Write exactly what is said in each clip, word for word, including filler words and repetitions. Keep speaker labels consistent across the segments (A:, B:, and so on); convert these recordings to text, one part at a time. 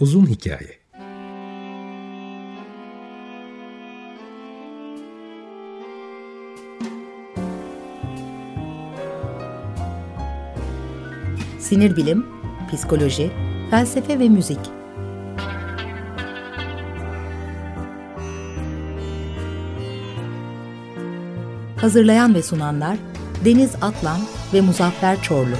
A: Uzun hikaye.
B: Sinir bilim, psikoloji, felsefe ve müzik. Hazırlayan ve sunanlar Deniz Atlan ve Muzaffer Çorlu.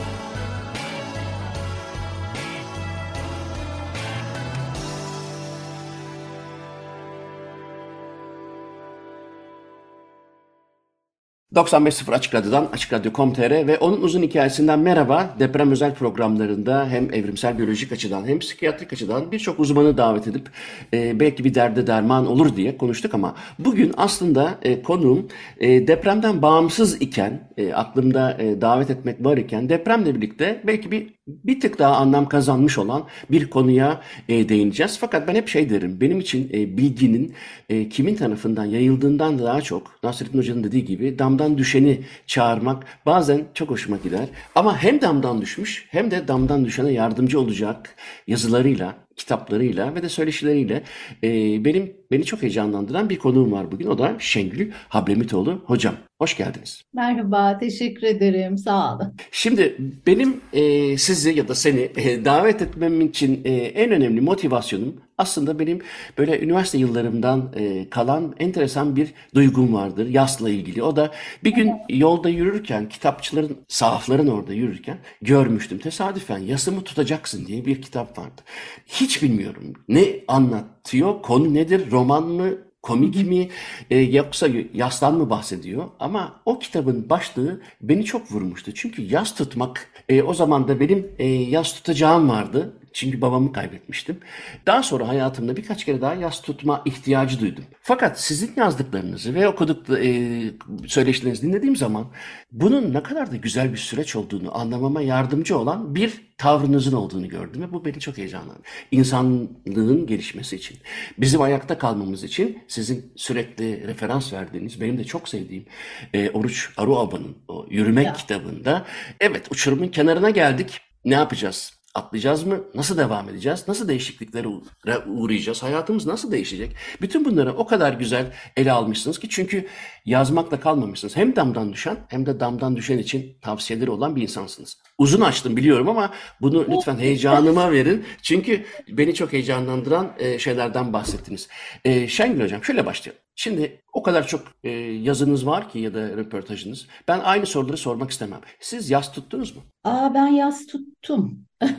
C: doksan beş nokta sıfır Açık Radyo'dan, Açık Radyo nokta com nokta tr ve onun uzun hikayesinden merhaba. Deprem özel programlarında hem evrimsel biyolojik açıdan hem psikiyatrik açıdan birçok uzmanı davet edip e, belki bir derde derman olur diye konuştuk ama bugün aslında e, konuğum e, depremden bağımsız iken, e, aklımda e, davet etmek var iken depremle birlikte belki bir bir tık daha anlam kazanmış olan bir konuya e, değineceğiz. Fakat ben hep şey derim, benim için e, bilginin e, kimin tarafından yayıldığından daha çok, Nasrettin Hoca'nın dediği gibi damdan düşeni çağırmak bazen çok hoşuma gider. Ama hem damdan düşmüş hem de damdan düşene yardımcı olacak yazılarıyla, kitaplarıyla ve de söyleşileriyle e, benim beni çok heyecanlandıran bir konuğum var bugün. O da Şengül Hablemitoğlu hocam. Hoş geldiniz.
D: Merhaba, teşekkür ederim. Sağ olun.
C: Şimdi benim e, sizi ya da seni e, davet etmem için e, en önemli motivasyonum aslında benim böyle üniversite yıllarımdan e, kalan enteresan bir duygum vardır yasla ilgili. O da bir gün yolda yürürken, kitapçıların, sahafların orada yürürken görmüştüm. Tesadüfen Yasımı Tutacaksın diye bir kitap vardı. Hiç bilmiyorum ne anlatıyor, konu nedir, roman mı, komik mi e, yoksa yastan mı bahsediyor? Ama o kitabın başlığı beni çok vurmuştu. Çünkü yas tutmak, e, o zaman da benim e, yas tutacağım vardı. Çünkü babamı kaybetmiştim. Daha sonra hayatımda birkaç kere daha yas tutma ihtiyacı duydum. Fakat sizin yazdıklarınızı ve okuduk e, söyleşilerinizi dinlediğim zaman bunun ne kadar da güzel bir süreç olduğunu anlamama yardımcı olan bir tavrınızın olduğunu gördüm ve bu beni çok heyecanlandırdı. İnsanlığın gelişmesi için, bizim ayakta kalmamız için sizin sürekli referans verdiğiniz, benim de çok sevdiğim e, Oruç Aruaba'nın o Yürümek
D: Ya.
C: kitabında, evet uçurumun kenarına geldik, ne yapacağız? Atlayacağız mı? Nasıl devam edeceğiz? Nasıl değişikliklere uğrayacağız? Hayatımız nasıl değişecek? Bütün bunları o kadar güzel ele almışsınız ki çünkü yazmakla kalmamışsınız. Hem damdan düşen hem de damdan düşen için tavsiyeleri olan bir insansınız. Uzun açtım biliyorum ama bunu lütfen heyecanıma verin. Çünkü beni çok heyecanlandıran e, şeylerden bahsettiniz. E, Şengül Hocam şöyle başlayalım. Şimdi o kadar çok e, yazınız var ki ya da röportajınız. Ben aynı soruları sormak istemem. Siz yas tuttunuz mu?
D: Aa, ben yas tuttum.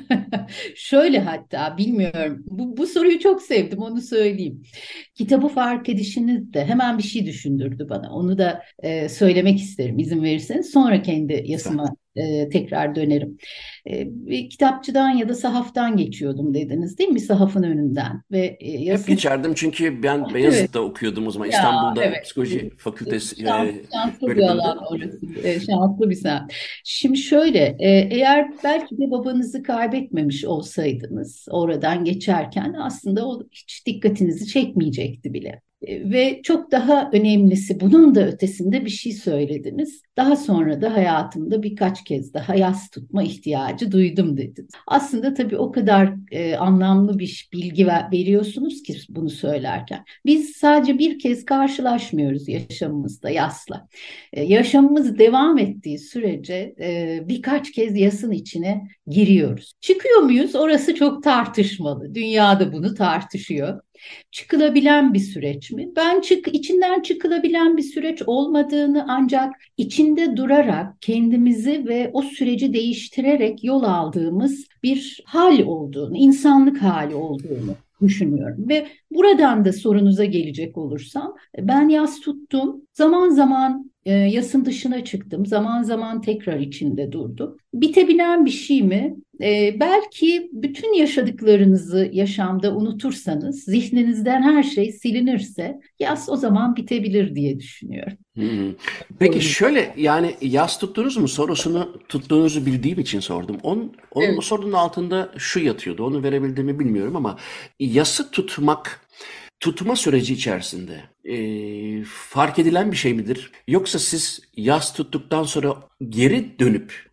D: Şöyle hatta bilmiyorum. Bu, bu soruyu çok sevdim, onu söyleyeyim. Kitabı fark edişiniz de hemen bir şey düşündürdü bana. Onu da e, söylemek isterim izin verirseniz. Sonra kendi
C: Lütfen.
D: yasıma e, tekrar dönerim. E, bir kitapçıdan ya da sahaftan geçiyordum dediniz değil mi? Bir sahafın önünden. Ve e,
C: Hep
D: yasını...
C: geçerdim çünkü ben
D: Evet.
C: Beyazıt'ta okuyordum o zaman.
D: Ya
C: İstanbul'da
D: evet.
C: Psikoloji Fakültesi e,
D: Şans, şanslı bir
C: bölümünde.
D: alan orası. E, şanslı bir semt. Şimdi şöyle, e, eğer belki de babanızı kaybetmemiş olsaydınız oradan geçerken aslında o hiç dikkatinizi çekmeyecekti bile. E, Ve çok daha önemlisi bunun da ötesinde bir şey söylediniz. Daha sonra da hayatımda birkaç kez daha yas tutma ihtiyacı duydum dediniz. Aslında tabii o kadar e, anlamlı bir bilgi ver- veriyorsunuz ki bunu söylerken. Biz sadece bir kez karşılaşmıyoruz yaşamımızda yasla. E, yaşamımız devam ettiği sürece e, birkaç kez yasın içine giriyoruz. Çıkıyor muyuz? Orası çok tartışmalı. Dünya da bunu tartışıyor. Çıkılabilen bir süreç mi? Ben çık içinden çıkılabilen bir süreç olmadığını ancak içinde durarak kendimizi ve o süreci değiştirerek yol aldığımız bir hal olduğunu, insanlık hali olduğunu düşünüyorum. Ve buradan da sorunuza gelecek olursam ben yas tuttum. Zaman zaman e, yasın dışına çıktım. Zaman zaman tekrar içinde durdum. Bitebilen bir şey mi? E, belki bütün yaşadıklarınızı yaşamda unutursanız, zihninizden her şey silinirse yas o zaman bitebilir diye düşünüyorum.
C: Hmm. Peki şöyle yani yas tuttunuz mu sorusunu tuttuğunuzu bildiğim için sordum. Onun, onun
D: Evet.
C: o sorunun altında şu yatıyordu. Onu verebildiğimi bilmiyorum ama yası tutmak tutma süreci içerisinde e, fark edilen bir şey midir? Yoksa siz yas tuttuktan sonra geri dönüp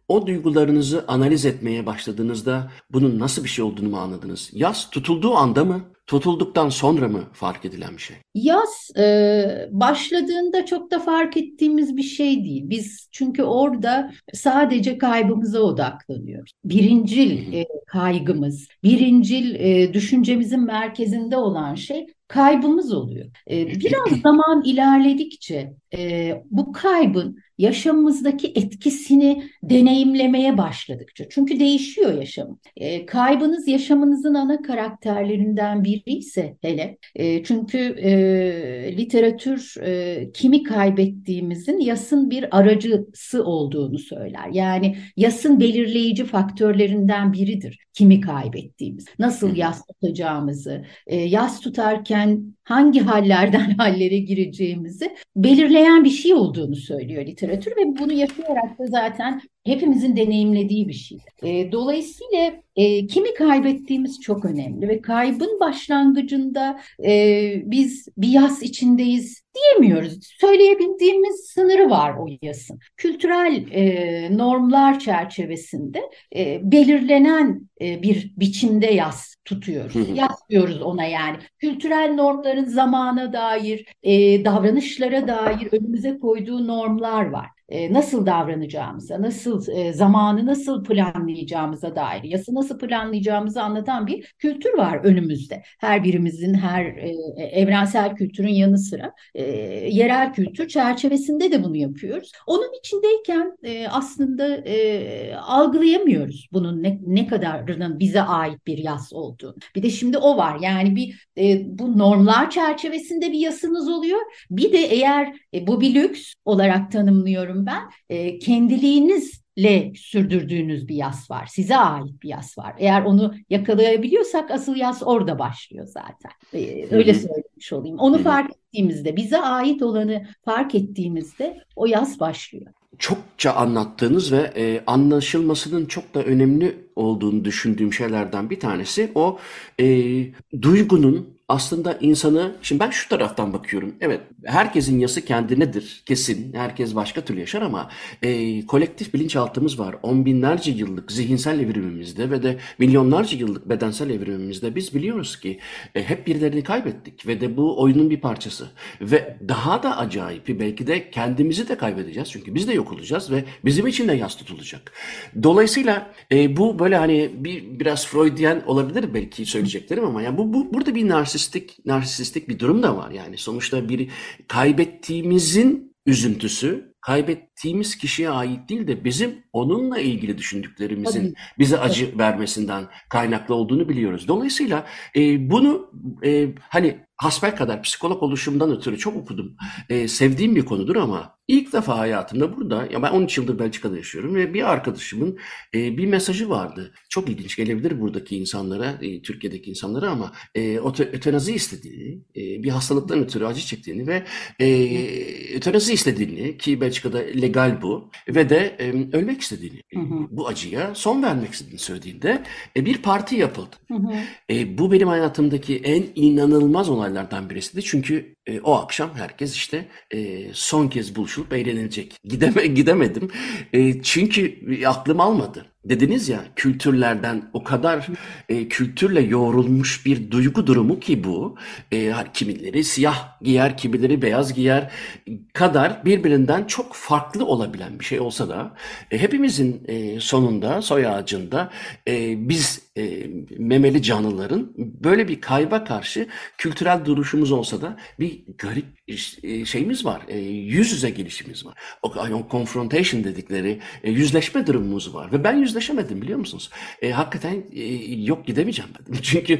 C: o duygularınızı analiz etmeye başladığınızda bunun nasıl bir şey olduğunu mu anladınız? Yas tutulduğu anda mı, tutulduktan sonra mı fark edilen bir şey?
D: Yaz e, başladığında çok da fark ettiğimiz bir şey değil. Biz çünkü orada sadece kaybımıza odaklanıyoruz.
C: Hı
D: Birincil
C: hı.
D: e, kaygımız, birincil e, düşüncemizin merkezinde olan şey kaybımız oluyor. E, biraz zaman ilerledikçe e, bu kaybın yaşamımızdaki etkisini deneyimlemeye başladıkça, çünkü değişiyor yaşam. E, kaybınız yaşamınızın ana karakterlerinden biri ise hele, e, çünkü e, literatür e, kimi kaybettiğimizin yasın bir aracısı olduğunu söyler. Yani yasın belirleyici faktörlerinden biridir kimi kaybettiğimiz.
C: Hı
D: Nasıl
C: hı.
D: yas tutacağımızı, e, yas tutarken hangi hallerden hallere gireceğimizi belirleyen bir şey olduğunu söylüyor literatür ve bunu yaşayarak da zaten hepimizin deneyimlediği bir şey. E, dolayısıyla e, kimi kaybettiğimiz çok önemli ve kaybın başlangıcında e, biz bir yas içindeyiz diyemiyoruz. Söyleyebildiğimiz sınırı var o yasın. Kültürel e, normlar çerçevesinde e, belirlenen e, bir biçimde yas
C: Hı
D: tutuyoruz.
C: hı.
D: Yas diyoruz ona yani. Kültürel normların zamana dair, e, davranışlara dair önümüze koyduğu normlar var. E, nasıl davranacağımıza, nasıl e, zamanı nasıl planlayacağımıza dair, yası nasıl planlayacağımızı anlatan bir kültür var önümüzde. Her birimizin, her e, evrensel kültürün yanı sıra e, yerel kültür çerçevesinde de bunu yapıyoruz. Onun içindeyken e, aslında e, algılayamıyoruz bunun ne, ne kadarının bize ait bir yas olduğunu. Bir de şimdi o var. Yani bir e, bu normlar çerçevesinde bir yasınız oluyor. Bir de eğer e, bu bir lüks olarak tanımlıyorum ben, e, kendiliğinizle sürdürdüğünüz bir yas var. Size ait bir yas var. Eğer onu yakalayabiliyorsak asıl yas orada başlıyor zaten. E,
C: Hı
D: öyle
C: hı.
D: söylemiş olayım. Onu
C: Hı hı.
D: fark ettiğimizde, bize ait olanı fark ettiğimizde o yas başlıyor.
C: Çokça anlattığınız ve e, anlaşılmasının çok da önemli olduğunu düşündüğüm şeylerden bir tanesi o e, duygunun aslında insanı, şimdi ben şu taraftan bakıyorum. Evet, herkesin yası kendinedir kesin. Herkes başka türlü yaşar ama e, kolektif bilinçaltımız var. On binlerce yıllık zihinsel evrimimizde ve de milyonlarca yıllık bedensel evrimimizde biz biliyoruz ki e, hep birilerini kaybettik ve de bu oyunun bir parçası. Ve daha da acayipi belki de kendimizi de kaybedeceğiz. Çünkü biz de yok olacağız ve bizim için de yas tutulacak. Dolayısıyla e, bu böyle hani bir biraz Freudian olabilir belki söyleyeceklerim ama yani bu, bu burada bir narsistik narsistik bir durum da var. Yani sonuçta bir kaybettiğimizin üzüntüsü kaybettiğimiz kişiye ait değil de bizim onunla ilgili düşündüklerimizin
D: Tabii.
C: bize acı vermesinden kaynaklı olduğunu biliyoruz. Dolayısıyla e, bunu e, hani hasbelkader psikolog oluşumdan ötürü çok okudum. E, sevdiğim bir konudur ama ilk defa hayatımda burada, ya ben on üç yıldır Belçika'da yaşıyorum ve bir arkadaşımın e, bir mesajı vardı. Çok ilginç gelebilir buradaki insanlara, e, Türkiye'deki insanlara ama e, ötenazi istediğini, e, bir hastalıktan ötürü acı çektiğini ve e, ötenazi istediğini, ki Belçika'da legal bu, ve de e, ölmek istediğini, e,
D: Hı hı.
C: bu acıya son vermek istediğini söylediğinde e, bir parti yapıldı.
D: Hı hı.
C: E, bu benim hayatımdaki en inanılmaz olaylardan birisiydi. Çünkü e, o akşam herkes işte e, son kez buluşulup eğlenilecek. Gideme, gidemedim. E, çünkü e, aklım almadı. Dediniz ya, kültürlerden o kadar e, kültürle yoğrulmuş bir duygu durumu ki bu. E, hani kimileri siyah giyer, kimileri beyaz giyer kadar birbirinden çok farklı olabilen bir şey olsa da e, hepimizin e, sonunda soy ağacında e, biz e, memeli canlıların böyle bir kayba karşı kültürel duruşumuz olsa da bir garip e, şeyimiz var. E, yüz yüze gelişimiz var. O, o confrontation dedikleri e, yüzleşme durumumuz var. Ve ben yüzleşemedim, biliyor musunuz? E, hakikaten e, yok, gidemeyeceğim dedim. Çünkü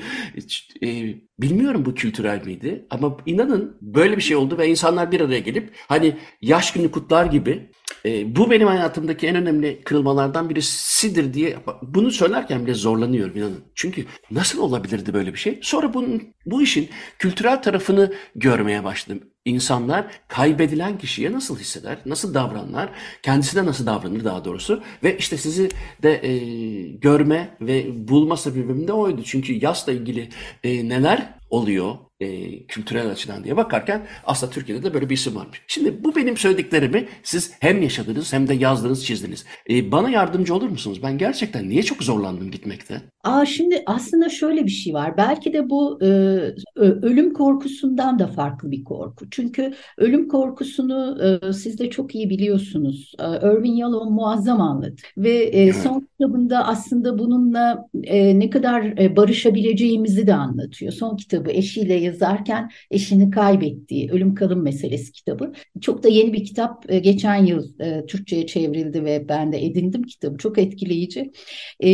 C: e, bilmiyorum bu kültürel miydi ama inanın böyle bir şey oldu ve insanlar bir araya gelip hani yaş günü kutlar gibi e, bu benim hayatımdaki en önemli kırılmalardan birisidir diye bunu söylerken bile zorlanıyorum, inanın. Çünkü nasıl olabilirdi böyle bir şey? Sonra bunun, bu işin kültürel tarafını görmeye başladım. İnsanlar kaybedilen kişiye nasıl hisseder, nasıl davranırlar, kendisine nasıl davranır daha doğrusu. Ve işte sizi de e, görme ve bulma sebebim de oydu. Çünkü yasla ilgili e, neler oluyor e, kültürel açıdan diye bakarken aslında Türkiye'de de böyle bir isim varmış. Şimdi bu benim söylediklerimi siz hem yaşadınız hem de yazdınız, çizdiniz. E, bana yardımcı olur musunuz? Ben gerçekten niye çok zorlandım gitmekte?
D: Aa, şimdi aslında şöyle bir şey var. Belki de bu e, ö- ölüm korkusundan da farklı bir korku. Çünkü ölüm korkusunu e, siz de çok iyi biliyorsunuz. E, Irving Yalom muazzam anlattı. Ve e,
C: Evet.
D: son kitabında aslında bununla e, ne kadar e, barışabileceğimizi de anlatıyor. Son kitabı eşiyle yazarken eşini kaybettiği Ölüm Kalım Meselesi kitabı. Çok da yeni bir kitap. E, geçen yıl e, Türkçe'ye çevrildi ve ben de edindim kitabı. Çok etkileyici. E,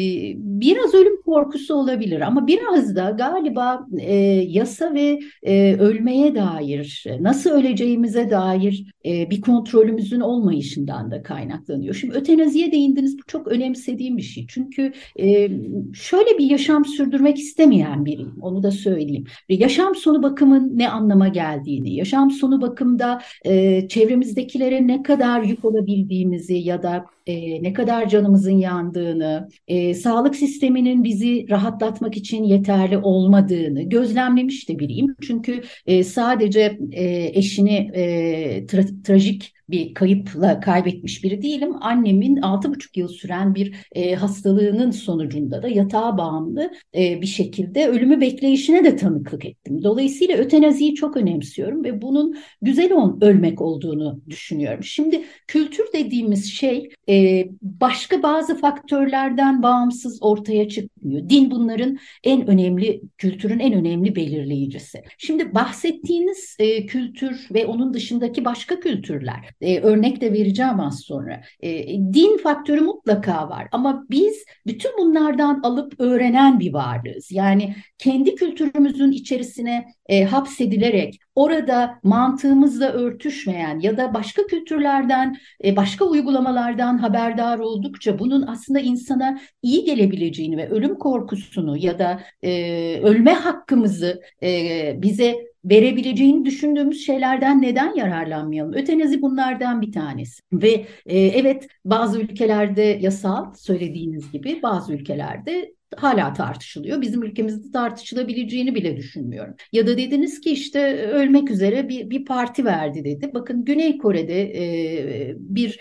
D: Biraz ölüm korkusu olabilir ama biraz da galiba e, yasa ve e, ölmeye dair, nasıl öleceğimize dair e, bir kontrolümüzün olmayışından da kaynaklanıyor. Şimdi ötenaziye değindiniz, bu çok önemsediğim bir şey. Çünkü e, şöyle bir yaşam sürdürmek istemeyen biriyim, onu da söyleyeyim. Ve yaşam sonu bakımın ne anlama geldiğini, yaşam sonu bakımda e, çevremizdekilere ne kadar yük olabildiğimizi ya da e, ne kadar canımızın yandığını, e, sağlık sisteminin bizi rahatlatmak için yeterli olmadığını gözlemlemiş de biriyim. Çünkü e, sadece e, eşini e, tra- trajik bir kayıpla kaybetmiş biri değilim. Annemin altı buçuk yıl süren bir e, hastalığının sonucunda da yatağa bağımlı e, bir şekilde ölümü bekleyişine de tanıklık ettim. Dolayısıyla ötenaziyi çok önemsiyorum ve bunun güzel on, ölmek olduğunu düşünüyorum. Şimdi kültür dediğimiz şey e, başka bazı faktörlerden bağımsız ortaya çıkmıyor. Din bunların en önemli, kültürün en önemli belirleyicisi. Şimdi bahsettiğiniz e, kültür ve onun dışındaki başka kültürler, e, örnek de vereceğim az sonra. E, din faktörü mutlaka var ama biz bütün bunlardan alıp öğrenen bir varlığız. Yani kendi kültürümüzün içerisine e, hapsedilerek orada mantığımızla örtüşmeyen ya da başka kültürlerden, e, başka uygulamalardan haberdar oldukça bunun aslında insana iyi gelebileceğini ve ölüm korkusunu ya da e, ölme hakkımızı e, bize verebileceğini düşündüğümüz şeylerden neden yararlanmayalım? Ötenazi bunlardan bir tanesi. Ve e, evet, bazı ülkelerde yasal, söylediğiniz gibi, bazı ülkelerde hala tartışılıyor. Bizim ülkemizde tartışılabileceğini bile düşünmüyorum. Ya da dediniz ki işte ölmek üzere bir, bir parti verdi dedi. Bakın Güney Kore'de e, bir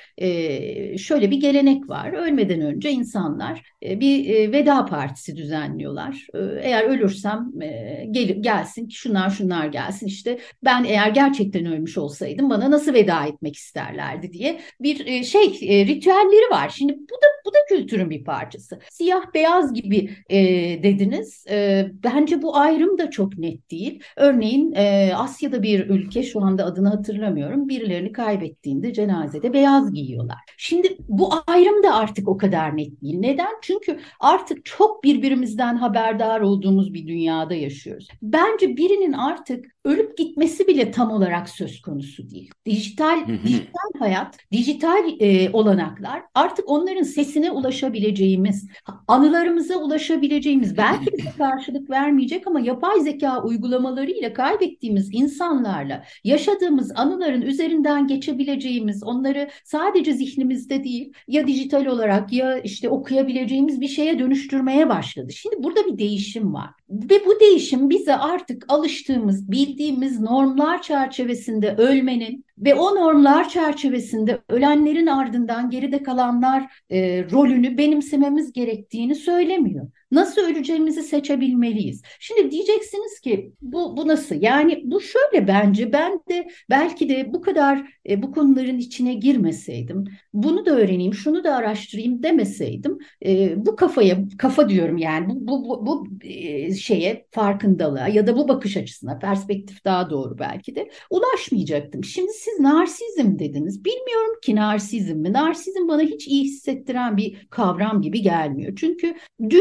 D: e, şöyle bir gelenek var. Ölmeden önce insanlar e, bir e, veda partisi düzenliyorlar. E, eğer ölürsem e, gel, gelsin şunlar şunlar gelsin, işte ben eğer gerçekten ölmüş olsaydım bana nasıl veda etmek isterlerdi diye bir e, şey e, ritüelleri var. Şimdi bu da bu da kültürün bir parçası. Siyah beyaz gibi e, dediniz. E, bence bu ayrım da çok net değil. Örneğin e, Asya'da bir ülke, şu anda adını hatırlamıyorum, birilerini kaybettiğinde cenazede beyaz giyiyorlar. Şimdi bu ayrım da artık o kadar net değil. Neden? Çünkü artık çok birbirimizden haberdar olduğumuz bir dünyada yaşıyoruz. Bence birinin artık ölüp gitmesi bile tam olarak söz konusu değil. Dijital dijital hayat, dijital e, olanaklar artık onların sesine ulaşabileceğimiz, anılarımıza ulaşabileceğimiz, belki bize karşılık vermeyecek ama yapay zeka uygulamalarıyla kaybettiğimiz insanlarla yaşadığımız anıların üzerinden geçebileceğimiz, onları sadece zihnimizde değil ya dijital olarak ya işte okuyabileceğimiz bir şeye dönüştürmeye başladı. Şimdi burada bir değişim var. Ve bu değişim bize artık alıştığımız, bildiğimiz normlar çerçevesinde ölmenin ve o normlar çerçevesinde ölenlerin ardından geride kalanlar e, rolünü benimsememiz gerektiğini söylemiyor. Nasıl öleceğimizi seçebilmeliyiz. Şimdi diyeceksiniz ki bu, bu nasıl? Yani bu şöyle, bence ben de belki de bu kadar e, bu konuların içine girmeseydim, bunu da öğreneyim, şunu da araştırayım demeseydim, e, bu kafaya, kafa diyorum yani bu, bu, bu, bu e, şeye, farkındalığa ya da bu bakış açısına, perspektif daha doğru belki de, ulaşmayacaktım. Şimdi siz narsizm dediniz. Bilmiyorum ki narsizm mi? Narsizm bana hiç iyi hissettiren bir kavram gibi gelmiyor. Çünkü dünya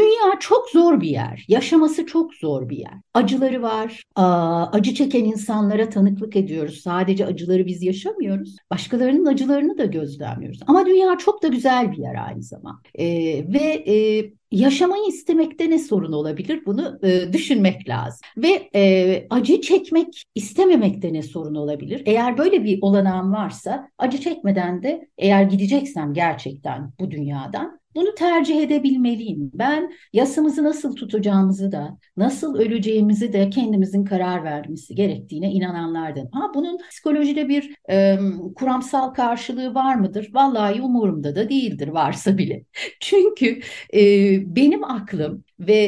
D: çok zor bir yer. Yaşaması çok zor bir yer. Acıları var. Aa, acı çeken insanlara tanıklık ediyoruz. Sadece acıları biz yaşamıyoruz. Başkalarının acılarını da gözlemliyoruz. Ama dünya çok da güzel bir yer aynı zamanda. Ee, ve e, yaşamayı istemekte ne sorun olabilir? Bunu e, düşünmek lazım. Ve e, acı çekmek istememekte ne sorun olabilir? Eğer böyle bir olanağım varsa acı çekmeden de eğer gideceksem gerçekten bu dünyadan bunu tercih edebilmeliyim. Ben yasımızı nasıl tutacağımızı da, nasıl öleceğimizi de kendimizin karar vermesi gerektiğine inananlardan. Ha, bunun psikolojide bir e, kuramsal karşılığı var mıdır? Vallahi umurumda da değildir varsa bile. Çünkü e, benim aklım ve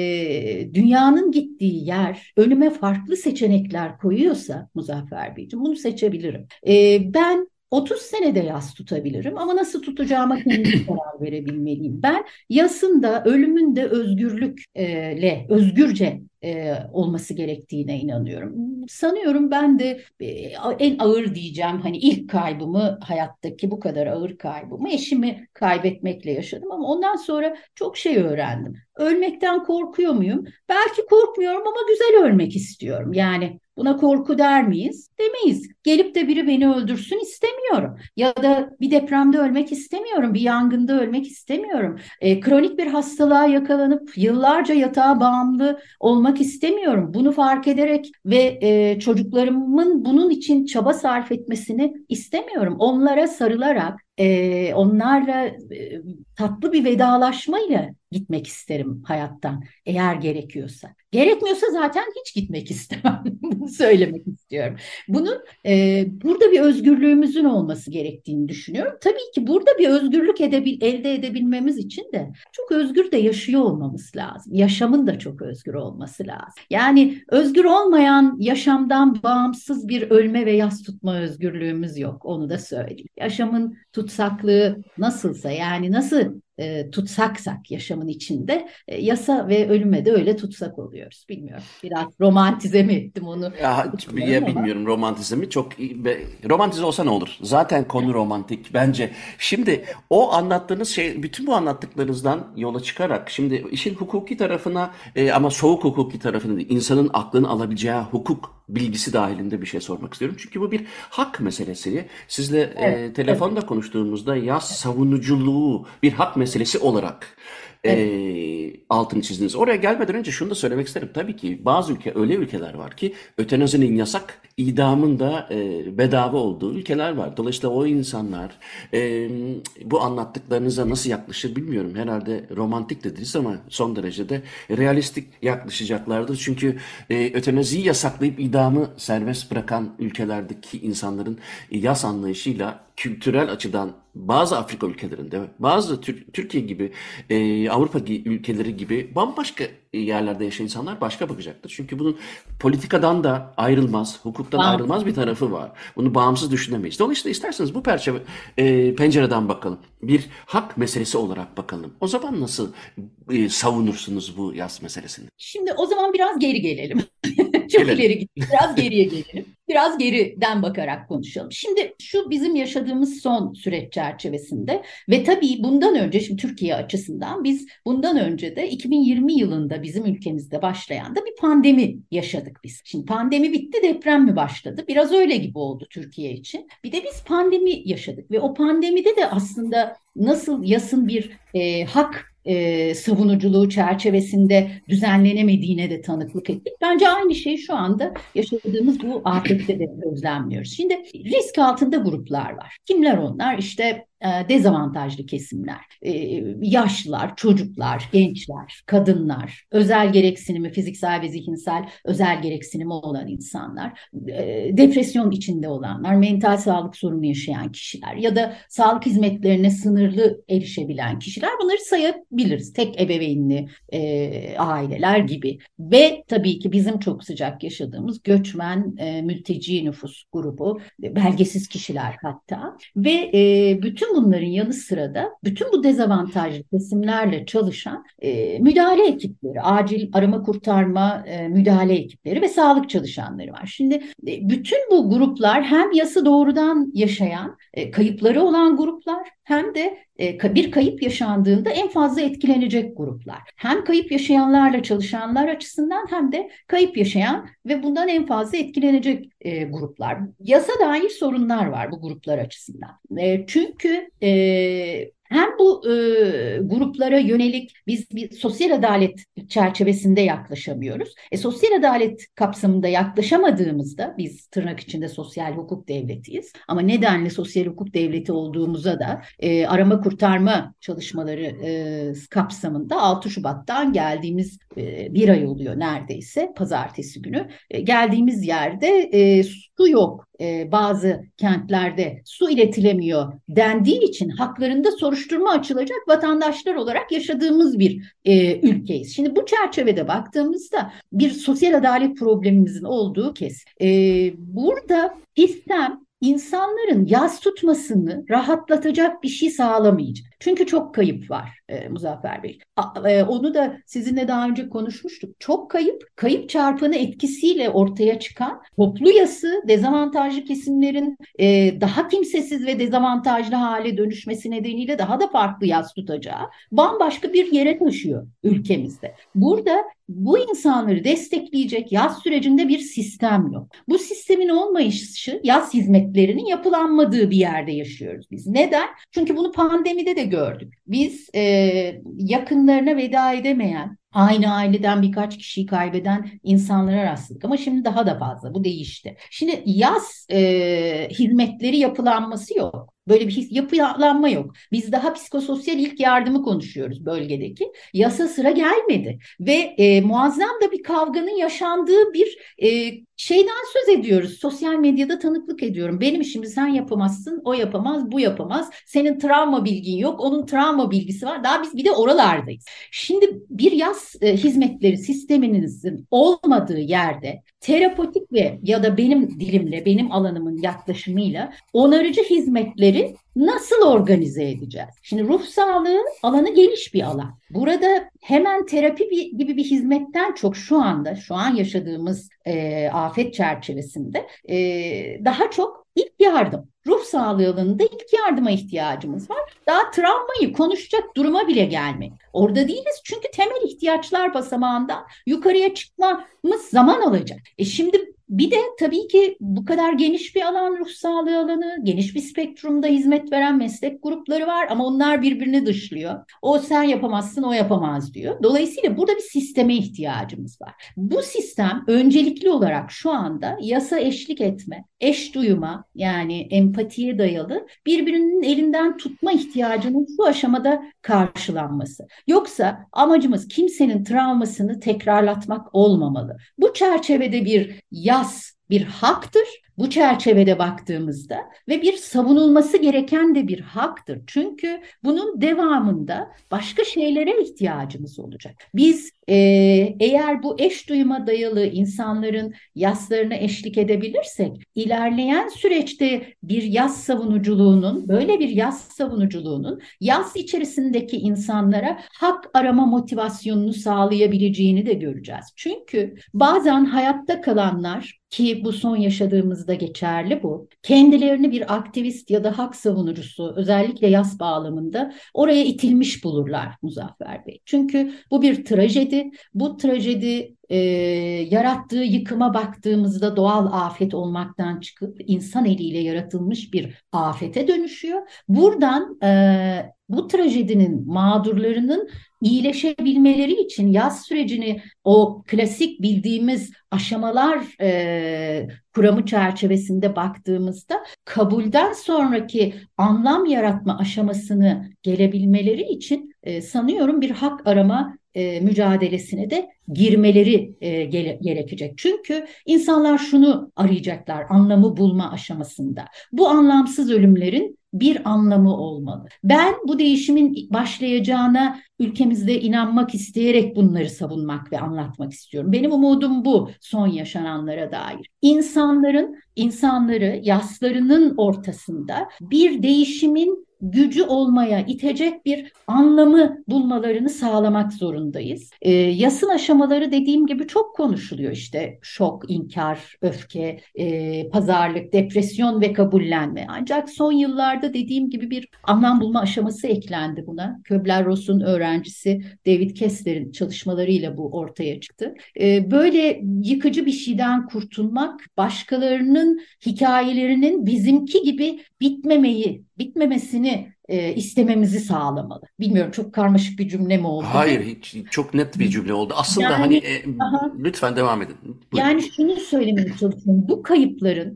D: e, dünyanın gittiği yer önüme farklı seçenekler koyuyorsa Muzaffer Beyciğim bunu seçebilirim. E, ben otuz senede yas tutabilirim ama nasıl tutacağıma kendim karar verebilmeliyim. Ben yasın da ölümün de özgürlükle, özgürce e, olması gerektiğine inanıyorum. Sanıyorum ben de e, en ağır diyeceğim hani ilk kaybımı hayattaki bu kadar ağır kaybımı eşimi kaybetmekle yaşadım ama ondan sonra çok şey öğrendim. Ölmekten korkuyor muyum? Belki korkmuyorum ama güzel ölmek istiyorum. Yani buna korku der miyiz? Demeyiz. Gelip de biri beni öldürsün istemiyorum. Ya da bir depremde ölmek istemiyorum. Bir yangında ölmek istemiyorum. E, kronik bir hastalığa yakalanıp yıllarca yatağa bağımlı olmak istemiyorum. Bunu fark ederek ve e, çocuklarımın bunun için çaba sarf etmesini istemiyorum. Onlara sarılarak, e, onlarla e, tatlı bir vedalaşmayla gitmek isterim hayattan eğer gerekiyorsa. Gerekmiyorsa zaten hiç gitmek istemem. Bunu söylemek istiyorum. Bunun e, burada bir özgürlüğümüzün olması gerektiğini düşünüyorum. Tabii ki burada bir özgürlük edebil, elde edebilmemiz için de çok özgür de yaşıyor olmamız lazım. Yaşamın da çok özgür olması lazım. Yani özgür olmayan yaşamdan bağımsız bir ölme ve yas tutma özgürlüğümüz yok. Onu da söyleyeyim. Yaşamın tutsaklığı nasılsa yani nasıl e, tutsaksak yaşamın içinde e, yasa ve ölüme de öyle tutsak oluyoruz. Bilmiyorum. Biraz romantize mi ettim onu?
C: Ya,
D: Bilmiyorum
C: ya
D: ama.
C: bilmiyorum romantizmi çok iyi- be- romantize olsa ne olur? Zaten konu romantik bence. Şimdi o anlattığınız şey bütün bu anlattıklarınızdan yola çıkarak şimdi işin hukuki tarafına e, ama soğuk hukuki tarafına değil, insanın aklını alabileceği hukuk bilgisi dahilinde bir şey sormak istiyorum. Çünkü bu bir hak meselesi. Sizle
D: Evet,
C: e,
D: evet,
C: telefonda konuştuğumuzda yas savunuculuğu bir hak meselesi olarak
D: evet.
C: e, altını çizdiniz. Oraya gelmeden önce şunu da söylemek isterim. Tabii ki bazı ülke öyle ülkeler var ki ötenazinin yasak, idamın da e, bedava olduğu ülkeler var. Dolayısıyla o insanlar e, bu anlattıklarınıza nasıl yaklaşır bilmiyorum. Herhalde romantik dediniz ama son derece de realistik yaklaşacaklardır. Çünkü e, ötenaziyi yasaklayıp idamı serbest bırakan ülkelerdeki insanların e, yas anlayışıyla kültürel açıdan bazı Afrika ülkelerinde, bazı Tür- Türkiye gibi, e, Avrupa gi- ülkeleri gibi bambaşka yerlerde yaşayan insanlar başka bakacaktır. Çünkü bunun politikadan da ayrılmaz, hukuktan
D: Bağımsız.
C: ayrılmaz bir tarafı var. Bunu bağımsız düşünemeyiz. Dolayısıyla isterseniz bu perçe e, pencereden bakalım. Bir hak meselesi olarak bakalım. O zaman nasıl e, savunursunuz bu yas meselesini?
D: Şimdi o zaman biraz geri gelelim. Çok
C: Gelelim.
D: ileri gittik. Biraz geriye gelelim. Biraz geriden bakarak konuşalım. Şimdi şu bizim yaşadığımız son süreç çerçevesinde ve tabii bundan önce şimdi Türkiye açısından biz bundan önce de iki bin yirmi yılında bizim ülkemizde başlayan da bir pandemi yaşadık biz. Şimdi pandemi bitti, deprem mi başladı? Biraz öyle gibi oldu Türkiye için. Bir de biz pandemi yaşadık ve o pandemide de aslında nasıl yasın bir e, hak e, savunuculuğu çerçevesinde düzenlenemediğine de tanıklık ettik. Bence aynı şeyi şu anda yaşadığımız bu afette de gözlemliyoruz. Şimdi risk altında gruplar var. Kimler onlar? İşte e, dezavantajlı kesimler, e, yaşlılar, çocuklar, gençler, kadınlar, özel gereksinimi, fiziksel ve zihinsel özel gereksinimi olan insanlar, e, depresyon içinde olanlar, mental sağlık sorunu yaşayan kişiler ya da sağlık hizmetlerine sınırlı erişebilen kişiler bunları sayabiliriz. Tek ebeveynli e, aileler gibi ve tabii ki bizim çok sıcak yaşadığımız göçmen, e, mülteci nüfus grubu, belgesiz kişiler hatta ve e, bütün bunların yanı sıra da bütün bu dezavantajlı kesimlerle çalışan e, müdahale ekipleri, acil arama kurtarma e, müdahale ekipleri ve sağlık çalışanları var. Şimdi e, bütün bu gruplar hem yası doğrudan yaşayan, e, kayıpları olan gruplar hem de e, bir kayıp yaşandığında en fazla etkilenecek gruplar. Hem kayıp yaşayanlarla çalışanlar açısından hem de kayıp yaşayan ve bundan en fazla etkilenecek e, gruplar. Yasa dair sorunlar var bu gruplar açısından. E, çünkü e, hem bu e, gruplara yönelik biz bir sosyal adalet çerçevesinde yaklaşamıyoruz. E, sosyal adalet kapsamında yaklaşamadığımızda biz tırnak içinde sosyal hukuk devletiyiz. Ama nedenle sosyal hukuk devleti olduğumuza da e, arama kurtarma çalışmaları e, kapsamında altı Şubat'tan geldiğimiz e, bir ay oluyor neredeyse pazartesi günü. E, geldiğimiz yerde e, su yok. Bazı kentlerde su iletilemiyor dendiği için haklarında soruşturma açılacak vatandaşlar olarak yaşadığımız bir e, ülkeyiz. Şimdi bu çerçevede baktığımızda bir sosyal adalet problemimizin olduğu kes. E, burada sistem insanların yas tutmasını rahatlatacak bir şey sağlamayacak. Çünkü çok kayıp var e, Muzaffer Bey. A, e, onu da sizinle daha önce konuşmuştuk. Çok kayıp, kayıp çarpanı etkisiyle ortaya çıkan toplu yası, dezavantajlı kesimlerin e, daha kimsesiz ve dezavantajlı hale dönüşmesi nedeniyle daha da farklı yas tutacağı bambaşka bir yere taşıyor ülkemizde. Burada bu insanları destekleyecek yaz sürecinde bir sistem yok. Bu sistemin olmayışı yaz hizmetlerinin yapılanmadığı bir yerde yaşıyoruz biz. Neden? Çünkü bunu pandemide de gördük. Biz e, yakınlarına veda edemeyen, aynı aileden birkaç kişiyi kaybeden insanlara rastladık ama şimdi daha da fazla. Bu değişti. Şimdi yaz e, hizmetleri yapılanması yok. Böyle bir yapılanma yok. Biz daha psikososyal ilk yardımı konuşuyoruz bölgedeki. Yasa sıra gelmedi ve e, muazzam da bir kavganın yaşandığı bir e, şeyden söz ediyoruz. Sosyal medyada tanıklık ediyorum. Benim işimi sen yapamazsın, o yapamaz, bu yapamaz. Senin travma bilgin yok, onun travma bilgisi var. Daha biz bir de oralardayız. Şimdi bir yaz e, hizmetleri sisteminizin olmadığı yerde terapötik ve ya da benim dilimle, benim alanımın yaklaşımıyla onarıcı hizmetleri nasıl organize edeceğiz? Şimdi ruh sağlığı alanı geniş bir alan. Burada hemen terapi bir, gibi bir hizmetten çok şu anda, şu an yaşadığımız e, afet çerçevesinde e, daha çok ilk yardım. Ruh sağlığı alanında ilk yardıma ihtiyacımız var. Daha travmayı konuşacak duruma bile gelmedik. Orada değiliz çünkü temel ihtiyaçlar basamağından yukarıya çıkmamız zaman alacak. E şimdi bir de tabii ki bu kadar geniş bir alan, ruh sağlığı alanı, geniş bir spektrumda hizmet veren meslek grupları var ama onlar birbirini dışlıyor. O sen yapamazsın, o yapamaz diyor. Dolayısıyla burada bir sisteme ihtiyacımız var. Bu sistem öncelikli olarak şu anda yasa eşlik etme, eş duyuma yani empatiye dayalı birbirinin elinden tutma ihtiyacının şu aşamada karşılanması. Yoksa amacımız kimsenin travmasını tekrarlatmak olmamalı. Bu çerçevede bir yas bir haktır. Bu çerçevede baktığımızda ve bir savunulması gereken de bir haktır. Çünkü bunun devamında başka şeylere ihtiyacımız olacak. Biz e, eğer bu eş duyuma dayalı insanların yaslarına eşlik edebilirsek, ilerleyen süreçte bir yas savunuculuğunun, böyle bir yas savunuculuğunun yas içerisindeki insanlara hak arama motivasyonunu sağlayabileceğini de göreceğiz. Çünkü bazen hayatta kalanlar, ki bu son yaşadığımızda geçerli bu. Kendilerini bir aktivist ya da hak savunucusu özellikle yas bağlamında oraya itilmiş bulurlar Muzaffer Bey. Çünkü bu bir trajedi. Bu trajedi e, yarattığı yıkıma baktığımızda doğal afet olmaktan çıkıp insan eliyle yaratılmış bir afete dönüşüyor. Buradan e, bu trajedinin mağdurlarının iyileşebilmeleri için yaz sürecini o klasik bildiğimiz aşamalar e, kuramı çerçevesinde baktığımızda kabulden sonraki anlam yaratma aşamasını gelebilmeleri için e, sanıyorum bir hak arama e, mücadelesine de girmeleri e, gere- gerekecek. Çünkü insanlar şunu arayacaklar anlamı bulma aşamasında. Bu anlamsız ölümlerin bir anlamı olmalı. Ben bu değişimin başlayacağına ülkemizde inanmak isteyerek bunları savunmak ve anlatmak istiyorum. Benim umudum bu son yaşananlara dair. İnsanların, insanları yaslarının ortasında bir değişimin gücü olmaya itecek bir anlamı bulmalarını sağlamak zorundayız. E, yasın aşamaları dediğim gibi çok konuşuluyor, işte şok, inkar, öfke, e, pazarlık, depresyon ve kabullenme. Ancak son yıllarda dediğim gibi bir anlam bulma aşaması eklendi buna. Kübler-Ross'un öğrencisi David Kessler'in çalışmalarıyla bu ortaya çıktı. E, böyle yıkıcı bir şeyden kurtulmak, başkalarının hikayelerinin bizimki gibi bitmemeyi, bitmemesini e, istememizi sağlamalı. Bilmiyorum, çok karmaşık bir cümle mi oldu
C: Hayır,
D: bu?
C: hiç çok net bir cümle oldu. Aslında hani
D: Yani
C: e,
D: aha,
C: lütfen devam edin. Buyurun.
D: yani şunu söylemeye çalışıyorum. Bu kayıpların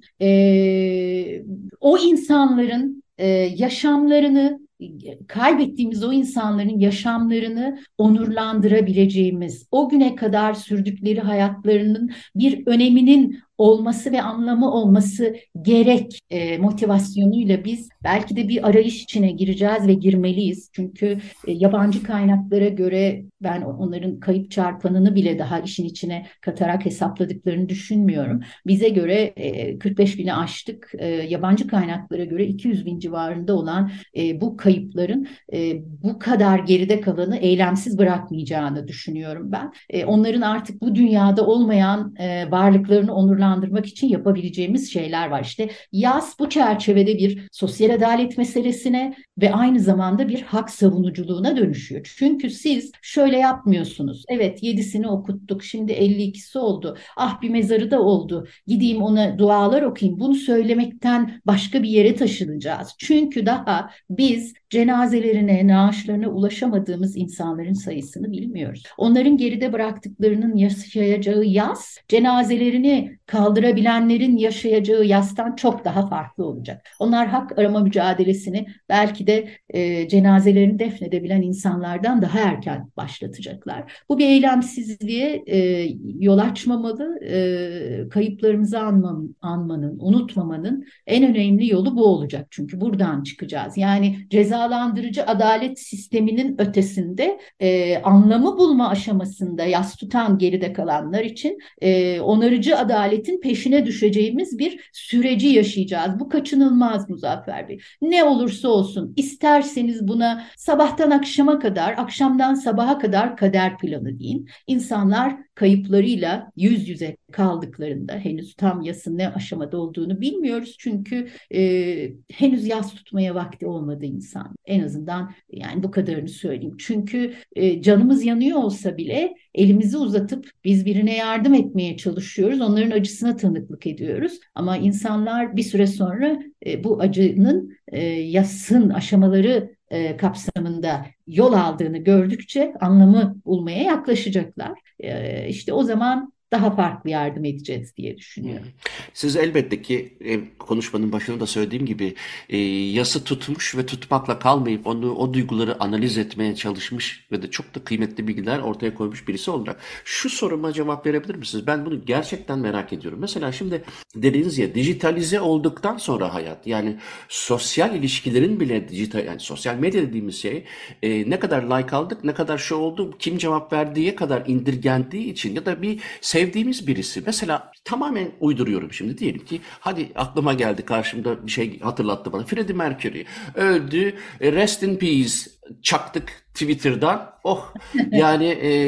D: e, o insanların e, yaşamlarını, kaybettiğimiz o insanların yaşamlarını onurlandırabileceğimiz, o güne kadar sürdükleri hayatlarının bir öneminin olması ve anlamı olması gerek e, motivasyonuyla biz belki de bir arayış içine gireceğiz ve girmeliyiz. Çünkü e, yabancı kaynaklara göre ben onların kayıp çarpanını bile daha işin içine katarak hesapladıklarını düşünmüyorum. Bize göre e, kırk beş bini aştık. E, yabancı kaynaklara göre iki yüz bin civarında olan e, bu kayıpların e, bu kadar geride kalanı eylemsiz bırakmayacağını düşünüyorum ben. E, onların artık bu dünyada olmayan e, varlıklarını onurlandırmak için yapabileceğimiz şeyler var. İşte yas bu çerçevede bir sosyal adalet meselesine ve aynı zamanda bir hak savunuculuğuna dönüşüyor. Çünkü siz şöyle yapmıyorsunuz. Evet, yedisini okuttuk, şimdi elli ikisi oldu. Ah, bir mezarı da oldu. Gideyim ona dualar okuyayım. Bunu söylemekten başka bir yere taşınacağız. Çünkü daha biz cenazelerine, naaşlarına ulaşamadığımız insanların sayısını bilmiyoruz. Onların geride bıraktıklarının yaşayacağı yas, cenazelerini kaldırabilenlerin yaşayacağı yastan çok daha farklı olacak. Onlar hak arama mücadelesini belki de e, cenazelerini defnedebilen insanlardan daha erken başlatacaklar. Bu bir eylemsizliğe e, yol açmamalı. E, kayıplarımızı anmam, anmanın, unutmamanın en önemli yolu bu olacak. Çünkü buradan çıkacağız. Yani cezalandırıcı adalet sisteminin ötesinde e, anlamı bulma aşamasında yas tutan geride kalanlar için e, onarıcı adaletin peşine düşeceğimiz bir süreci yaşayacağız. Bu kaçınılmaz Muzaffer Bey. Ne olursa olsun, isterseniz buna sabahtan akşama kadar, akşamdan sabaha kadar kader planı deyin. İnsanlar kayıplarıyla yüz yüze kaldıklarında, henüz tam yasın ne aşamada olduğunu bilmiyoruz. Çünkü e, henüz yas tutmaya vakti olmadı insan. En azından yani bu kadarını söyleyeyim. Çünkü e, canımız yanıyor olsa bile elimizi uzatıp biz birine yardım etmeye çalışıyoruz. Onların acısına tanıklık ediyoruz. Ama insanlar bir süre sonra e, bu acının e, yasın aşamaları e, kapsamında yol aldığını gördükçe anlamı bulmaya yaklaşacaklar. E, işte o zaman daha farklı yardım edeceğiz diye düşünüyorum.
C: Siz elbette ki e, konuşmanın başında da söylediğim gibi e, yası tutmuş ve tutmakla kalmayıp onu o duyguları analiz etmeye çalışmış ve de çok da kıymetli bilgiler ortaya koymuş birisi olarak şu soruma cevap verebilir misiniz? Ben bunu gerçekten merak ediyorum. Mesela şimdi dediğiniz ya, dijitalize olduktan sonra hayat, yani sosyal ilişkilerin bile dijital, yani sosyal medya dediğimiz şey e, ne kadar like aldık, ne kadar şu oldu, kim cevap verdiğe kadar indirgendiği için ya da bir sevdiğimiz birisi, mesela tamamen uyduruyorum şimdi, diyelim ki hadi aklıma geldi, karşımda bir şey hatırlattı bana, Freddie Mercury öldü, e, rest in peace çaktık Twitter'dan, oh yani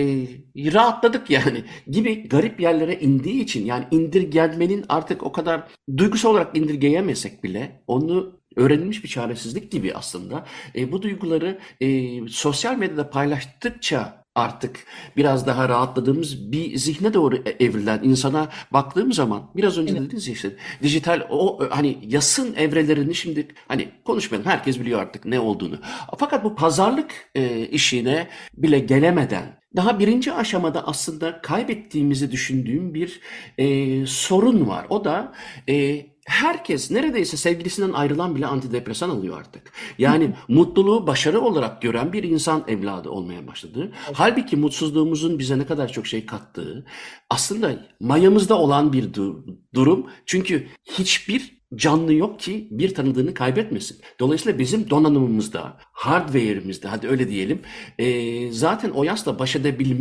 C: e, rahatladık yani gibi garip yerlere indiği için, yani indirgenmenin artık o kadar duygusal olarak indirgeyemesek bile onu öğrenilmiş bir çaresizlik gibi aslında. E, bu duyguları e, sosyal medyada paylaştıkça artık biraz daha rahatladığımız bir zihne doğru evrilen insana baktığım zaman, biraz önce
D: Evet.
C: dediniz ya, işte dijital o hani yasın evrelerini şimdi hani konuşmayalım, herkes biliyor artık ne olduğunu. Fakat bu pazarlık e, işine bile gelemeden daha birinci aşamada aslında kaybettiğimizi düşündüğüm bir e, sorun var. O da e, herkes neredeyse sevgilisinden ayrılan bile antidepresan alıyor artık. Yani mutluluğu başarı olarak gören bir insan evladı olmaya başladı. Halbuki mutsuzluğumuzun bize ne kadar çok şey kattığı aslında mayamızda olan bir du- durum. Çünkü hiçbir canlı yok ki bir tanıdığını kaybetmesin. Dolayısıyla bizim donanımımızda, hardware'imizde, hadi öyle diyelim, e, zaten o yasla baş edebilme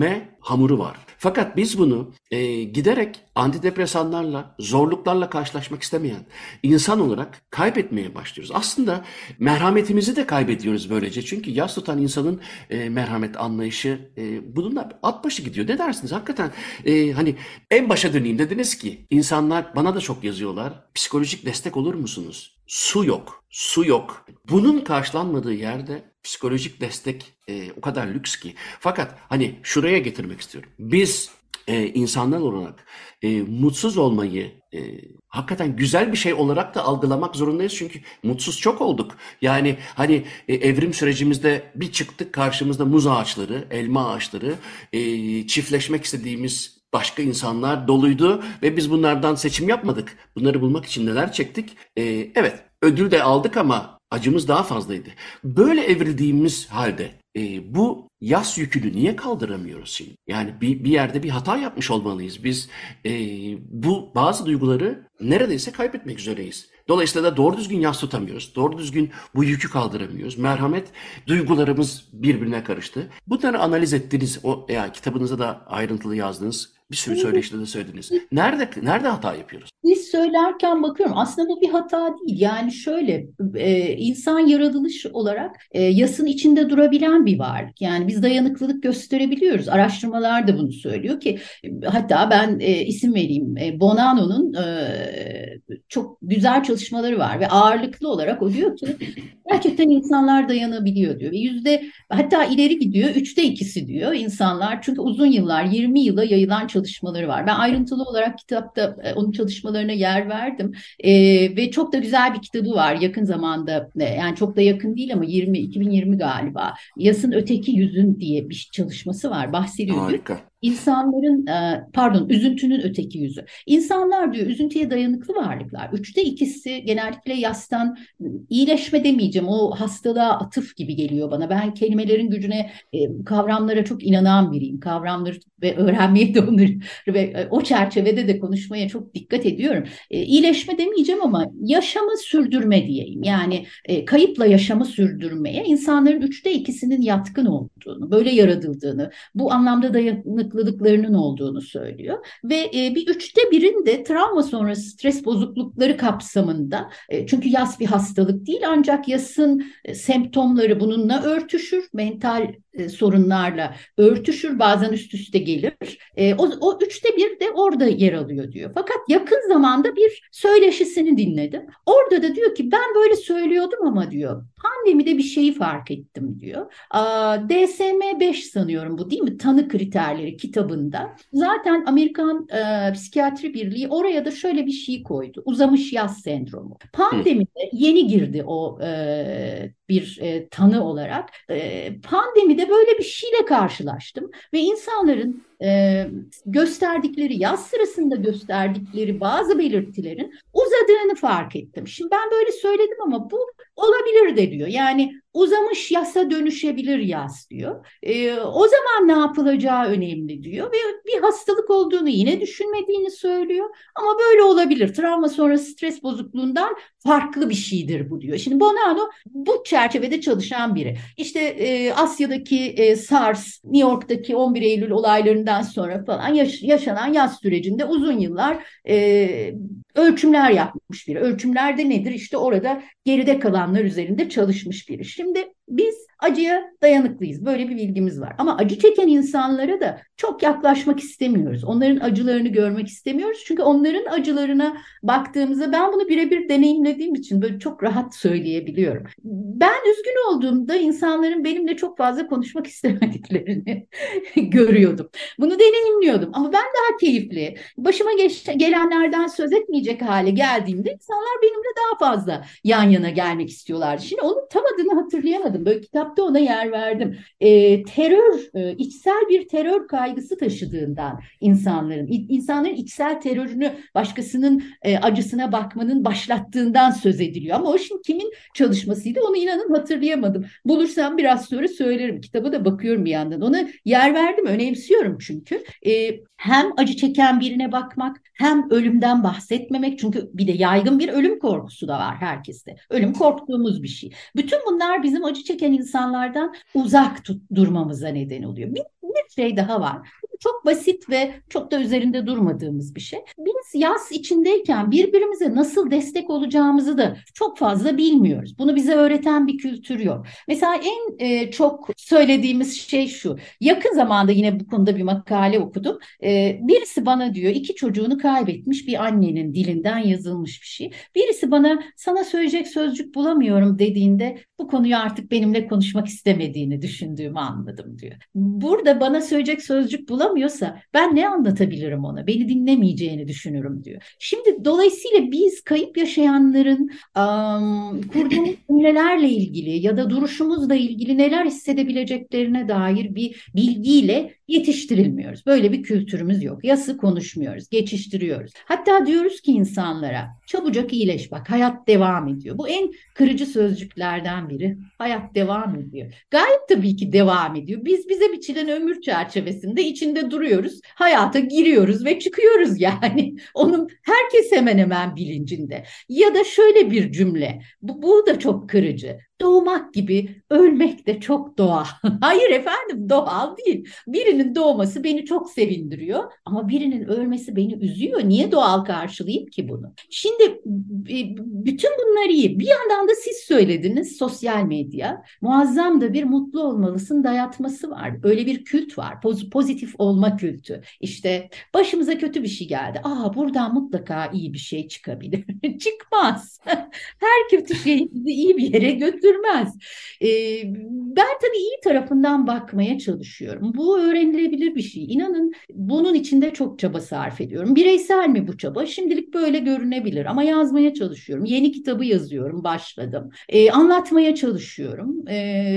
C: hamuru var. Fakat biz bunu e, giderek antidepresanlarla, zorluklarla karşılaşmak istemeyen insan olarak kaybetmeye başlıyoruz. Aslında merhametimizi de kaybediyoruz böylece. Çünkü yas tutan insanın e, merhamet anlayışı e, bununla at başı gidiyor. Ne dersiniz? Hakikaten e, hani en başa döneyim, dediniz ki insanlar bana da çok yazıyorlar. Psikolojik destek olur musunuz? Su yok. Su yok. Bunun karşılanmadığı yerde psikolojik destek e, o kadar lüks ki. Fakat hani şuraya getirmek istiyorum. Biz e, insanlar olarak e, mutsuz olmayı e, hakikaten güzel bir şey olarak da algılamak zorundayız. Çünkü mutsuz çok olduk. Yani hani e, evrim sürecimizde bir çıktık, karşımızda muz ağaçları, elma ağaçları, e, çiftleşmek istediğimiz başka insanlar doluydu ve biz bunlardan seçim yapmadık. Bunları bulmak için neler çektik? Ee, evet, ödül de aldık ama acımız daha fazlaydı. Böyle evrildiğimiz halde e, bu yas yükünü niye kaldıramıyoruz şimdi? Yani bir, bir yerde bir hata yapmış olmalıyız. Biz e, bu bazı duyguları neredeyse kaybetmek üzereyiz. Dolayısıyla da doğru düzgün yas tutamıyoruz. Doğru düzgün bu yükü kaldıramıyoruz. Merhamet duygularımız birbirine karıştı. Bunları analiz ettiniz. O yani kitabınızda da ayrıntılı yazdınız. Bir sürü söyleşide de söylediniz. Nerede nerede hata yapıyoruz?
D: Biz söylerken bakıyorum aslında bu bir hata değil. Yani şöyle e, insan yaratılış olarak e, yasın içinde durabilen bir varlık. Yani biz dayanıklılık gösterebiliyoruz. Araştırmalar da bunu söylüyor ki hatta ben e, isim vereyim. E, Bonanno'nun e, çok güzel çalışmaları var ve ağırlıklı olarak o diyor ki gerçekten insanlar dayanabiliyor diyor. Ve yüzde hatta ileri gidiyor. Üçte ikisi diyor insanlar. Çünkü uzun yıllar yirmi yıla yayılan çalışmaları var. Ben ayrıntılı olarak kitapta e, onun çalışmalarına yer verdim. E, ve çok da güzel bir kitabı var yakın zamanda. E, yani çok da yakın değil ama yirmi iki bin yirmi galiba. Yasın Öteki Yüzün diye bir çalışması var. Bahsediyor.
C: Harika.
D: İnsanların pardon üzüntünün öteki yüzü. İnsanlar diyor üzüntüye dayanıklı varlıklar. Üçte ikisi genellikle yastan iyileşme demeyeceğim. O hastalığa atıf gibi geliyor bana. Ben kelimelerin gücüne, kavramlara çok inanan biriyim. Kavramları ve öğrenmeye de onları ve o çerçevede de konuşmaya çok dikkat ediyorum. İyileşme demeyeceğim ama yaşamı sürdürme diyeyim. Yani kayıpla yaşamı sürdürmeye insanların üçte ikisinin yatkın olduğunu, böyle yaratıldığını, bu anlamda dayanıklılıklarının olduğunu söylüyor. Ve e, bir üçte birin de travma sonrası stres bozuklukları kapsamında, e, çünkü yas bir hastalık değil ancak yasın e, semptomları bununla örtüşür, mental e, sorunlarla örtüşür, bazen üst üste gelir. E, o, o üçte bir de orada yer alıyor diyor. Fakat yakın zamanda bir söyleşisini dinledim. Orada da diyor ki ben böyle söylüyordum ama diyor pandemide bir şeyi fark ettim diyor. Aa, D S M beş sanıyorum bu değil mi? Tanı kriterleri kitabında. Zaten Amerikan e, Psikiyatri Birliği oraya da şöyle bir şey koydu. Uzamış yaz sendromu. Pandemide yeni girdi o e, bir e, tanı olarak. E, pandemide böyle bir şeyle karşılaştım ve insanların e, gösterdikleri yaz sırasında gösterdikleri bazı belirtilerin uzadığını fark ettim. Şimdi ben böyle söyledim ama bu olabilir de diyor. Yani uzamış yasa dönüşebilir yaz diyor. E, o zaman ne yapılacağı önemli diyor ve bir hastalık olduğunu yine düşünmediğini söylüyor. Ama böyle olabilir. Travma sonrası stres bozukluğundan farklı bir şeydir bu diyor. Şimdi Bonanno bu çerçevede çalışan biri. İşte e, Asya'daki e, SARS, New York'taki on bir Eylül olaylarından sonra falan yaş- yaşanan yaz sürecinde uzun yıllar e, ölçümler yapmış biri. Ölçümler de nedir? İşte orada geride kalanlar üzerinde çalışmış biri. Şimdi biz acıya dayanıklıyız. Böyle bir bilgimiz var. Ama acı çeken insanlara da çok yaklaşmak istemiyoruz. Onların acılarını görmek istemiyoruz. Çünkü onların acılarına baktığımızda ben bunu birebir deneyimlediğim için böyle çok rahat söyleyebiliyorum. Ben üzgün olduğumda insanların benimle çok fazla konuşmak istemediklerini görüyordum. Bunu deneyimliyordum. Ama ben daha keyifli, başıma geç, gelenlerden söz etmeyecek hale geldiğimde insanlar benimle daha fazla yan yana gelmek istiyorlardı. Şimdi onun tam adını hatırlayamadım. Böyle kitapta ona yer verdim. E, terör, e, içsel bir terör kaygısı taşıdığından insanların, insanların içsel terörünü başkasının e, acısına bakmanın başlattığından söz ediliyor. Ama o şimdi kimin çalışmasıydı onu inanın hatırlayamadım. Bulursam biraz sonra söylerim. Kitaba da bakıyorum bir yandan. Ona yer verdim, önemsiyorum çünkü. E, hem acı çeken birine bakmak, hem ölümden bahsetmemek. Çünkü bir de yaygın bir ölüm korkusu da var herkeste. Ölüm korktuğumuz bir şey. Bütün bunlar bizim acı çeken insanlardan uzak tut, durmamıza neden oluyor. Bir, bir şey daha var. Çok basit ve çok da üzerinde durmadığımız bir şey. Biz yaz içindeyken birbirimize nasıl destek olacağımızı da çok fazla bilmiyoruz. Bunu bize öğreten bir kültür yok. Mesela en e, çok söylediğimiz şey şu. Yakın zamanda yine bu konuda bir makale okudum. E, birisi bana diyor, iki çocuğunu kaybetmiş bir annenin dilinden yazılmış bir şey. Birisi bana sana söyleyecek sözcük bulamıyorum dediğinde bu konuyu artık benimle konuşmak istemediğini düşündüğümü anladım diyor. Burada bana söyleyecek sözcük bulamıyorsa ben ne anlatabilirim ona? Beni dinlemeyeceğini düşünürüm diyor. Şimdi dolayısıyla biz kayıp yaşayanların um, kurduğumuz cümlelerle ilgili ya da duruşumuzla ilgili neler hissedebileceklerine dair bir bilgiyle yetiştirilmiyoruz. Böyle bir kültürümüz yok. Yası konuşmuyoruz, geçiştiriyoruz. Hatta diyoruz ki insanlara çabucak iyileş bak, hayat devam ediyor. Bu en kırıcı sözcüklerden biri. Hayat devam ediyor. Gayet tabii ki devam ediyor. Biz bize biçilen ömür çerçevesinde içinde duruyoruz. Hayata giriyoruz ve çıkıyoruz yani. Onun herkes hemen hemen bilincinde. Ya da şöyle bir cümle. Bu, bu da çok kırıcı. Doğmak gibi ölmek de çok doğal. Hayır efendim, doğal değil. Birinin doğması beni çok sevindiriyor ama birinin ölmesi beni üzüyor. Niye doğal karşılayayım ki bunu? Şimdi bütün bunlar iyi. Bir yandan da siz söylediniz, sosyal medya. Muazzam da bir mutlu olmalısın dayatması var. Öyle bir kült var. Poz, pozitif olma kültü. İşte başımıza kötü bir şey geldi. Aa, buradan mutlaka iyi bir şey çıkabilir. Çıkmaz. Her kötü şey bizi iyi bir yere götürmez. Ee, ben tabii iyi tarafından bakmaya çalışıyorum. Bu öğrenilebilir bir şey. İnanın bunun içinde çok çaba sarf ediyorum. Bireysel mi bu çaba? Şimdilik böyle görünebilir ama yazmaya çalışıyorum. Yeni kitabı yazıyorum, başladım. Ee, anlatmaya çalışıyorum.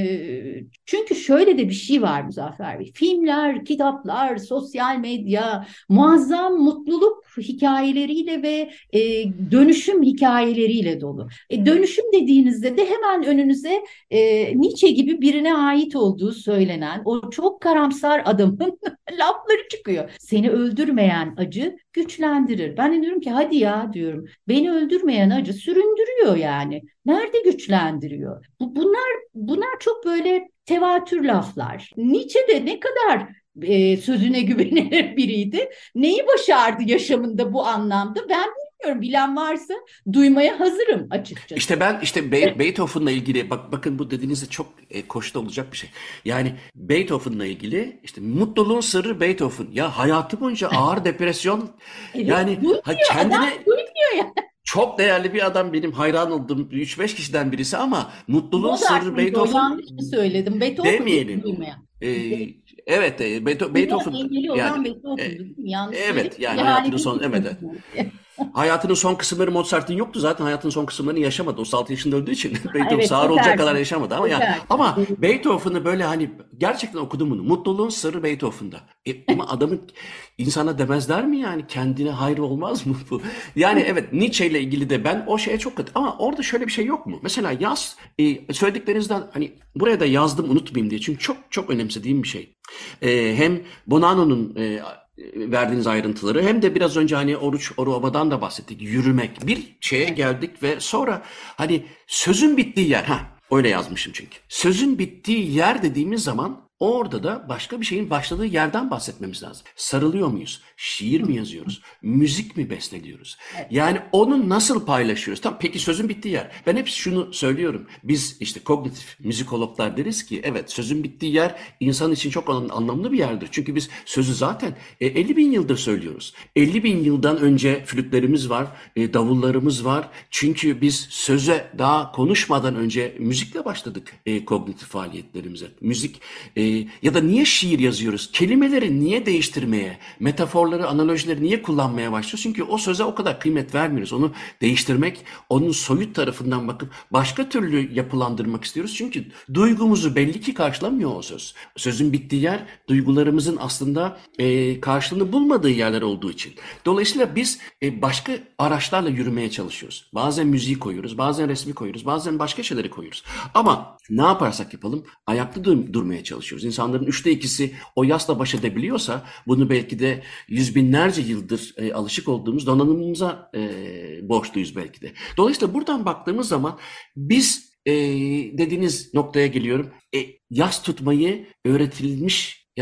D: Ee, çünkü şöyle de bir şey var Muzaffer Bey. Filmler, kitaplar, sosyal medya muazzam mutluluk hikayeleriyle ve e, dönüşüm hikayeleriyle dolu. E, dönüşüm dediğinizde de hemen önünüze e, Nietzsche gibi birine ait olduğu söylenen o çok karamsar adamın lafları çıkıyor. Seni öldürmeyen acı güçlendirir. Ben de diyorum ki hadi ya diyorum. Beni öldürmeyen acı süründürüyor yani. Nerede güçlendiriyor? Bu, bunlar bunlar çok böyle tevatür laflar. Nietzsche de ne kadar e, sözüne güvenilir biriydi. Neyi başardı yaşamında bu anlamda? Ben bilmiyorum. Bilen varsa duymaya hazırım açıkçası.
C: İşte ben işte Be- Beethoven'la ilgili bak bakın bu dediğinizde çok e, koşta olacak bir şey. Yani Beethoven'la ilgili işte mutluluğun sırrı Beethoven. Ya hayatı boyunca ağır depresyon
D: Evet,
C: yani
D: duymuyor,
C: ha, kendine
D: adam duymuyor ya.
C: çok değerli bir adam, benim hayran olduğum üç beş kişiden birisi ama mutluluğun
D: Mozart
C: sırrı
D: mıydı o?
C: Beethoven
D: Yanlış mı söyledim? Beethoven
C: demeyelim.
D: duymayan.
C: Ee, evet, e, Beetho-
D: Duyma
C: Beethoven
D: engeli olan
C: yani
D: Beethoven'du
C: e,
D: değil mi? Yanlış
C: evet
D: söyledim.
C: yani hayatının
D: Cehaletin
C: son evet, evet.
D: kısmı.
C: Hayatının son kısımları Mozart'ın yoktu zaten, hayatının son kısımlarını yaşamadı. otuz altı yaşında öldüğü için Beethoven
D: Evet,
C: sağır
D: çok
C: olacak
D: erken.
C: kadar yaşamadı ama
D: Çok
C: yani
D: erken.
C: ama Beethoven'ı böyle hani gerçekten okudum bunu. Mutluluğun sırrı Beethoven'da. E, ama adamın insana demezler mi yani, kendine hayır olmaz mı bu? Yani evet, Nietzsche ile ilgili de ben o şeye çok kötü ama orada şöyle bir şey yok mu? Mesela yaz e, söylediklerinizden hani buraya da yazdım unutmayayım diye çünkü çok çok önemsediğim bir şey. E, hem Bonanno'nun e, verdiğiniz ayrıntıları hem de biraz önce hani Oruç Oruoba'dan da bahsettik. Yürümek. Bir şeye geldik ve sonra hani sözün bittiği yer. Ha, öyle yazmışım çünkü. Sözün bittiği yer dediğimiz zaman orada da başka bir şeyin başladığı yerden bahsetmemiz lazım. Sarılıyor muyuz? Şiir mi yazıyoruz? Müzik mi besteliyoruz? Yani onu nasıl paylaşıyoruz? Tamam, peki sözün bittiği yer. Ben hep şunu söylüyorum. Biz işte kognitif müzikologlar deriz ki evet, sözün bittiği yer insan için çok anlamlı bir yerdir. Çünkü biz sözü zaten elli bin yıldır söylüyoruz. elli bin yıldan önce flütlerimiz var, davullarımız var. Çünkü biz söze daha konuşmadan önce müzikle başladık e, kognitif faaliyetlerimize. Müzik e, ya da niye şiir yazıyoruz? Kelimeleri niye değiştirmeye, metaforları, analojileri niye kullanmaya başlıyoruz? Çünkü o söze o kadar kıymet vermiyoruz. Onu değiştirmek, onun soyut tarafından bakıp başka türlü yapılandırmak istiyoruz. Çünkü duygumuzu belli ki karşılamıyor o söz. Sözün bittiği yer duygularımızın aslında e, karşılığını bulmadığı yerler olduğu için. Dolayısıyla biz e, başka araçlarla yürümeye çalışıyoruz. Bazen müziği koyuyoruz, bazen resmi koyuyoruz, bazen başka şeyleri koyuyoruz. Ama ne yaparsak yapalım ayakta dur- durmaya çalışıyoruz. İnsanların üçte ikisi o yasla baş edebiliyorsa bunu belki de yüz binlerce yıldır e, alışık olduğumuz donanımımıza e, borçluyuz belki de. Dolayısıyla buradan baktığımız zaman biz e, dediğiniz noktaya geliyorum. E, yas tutmayı öğretilmiş ya da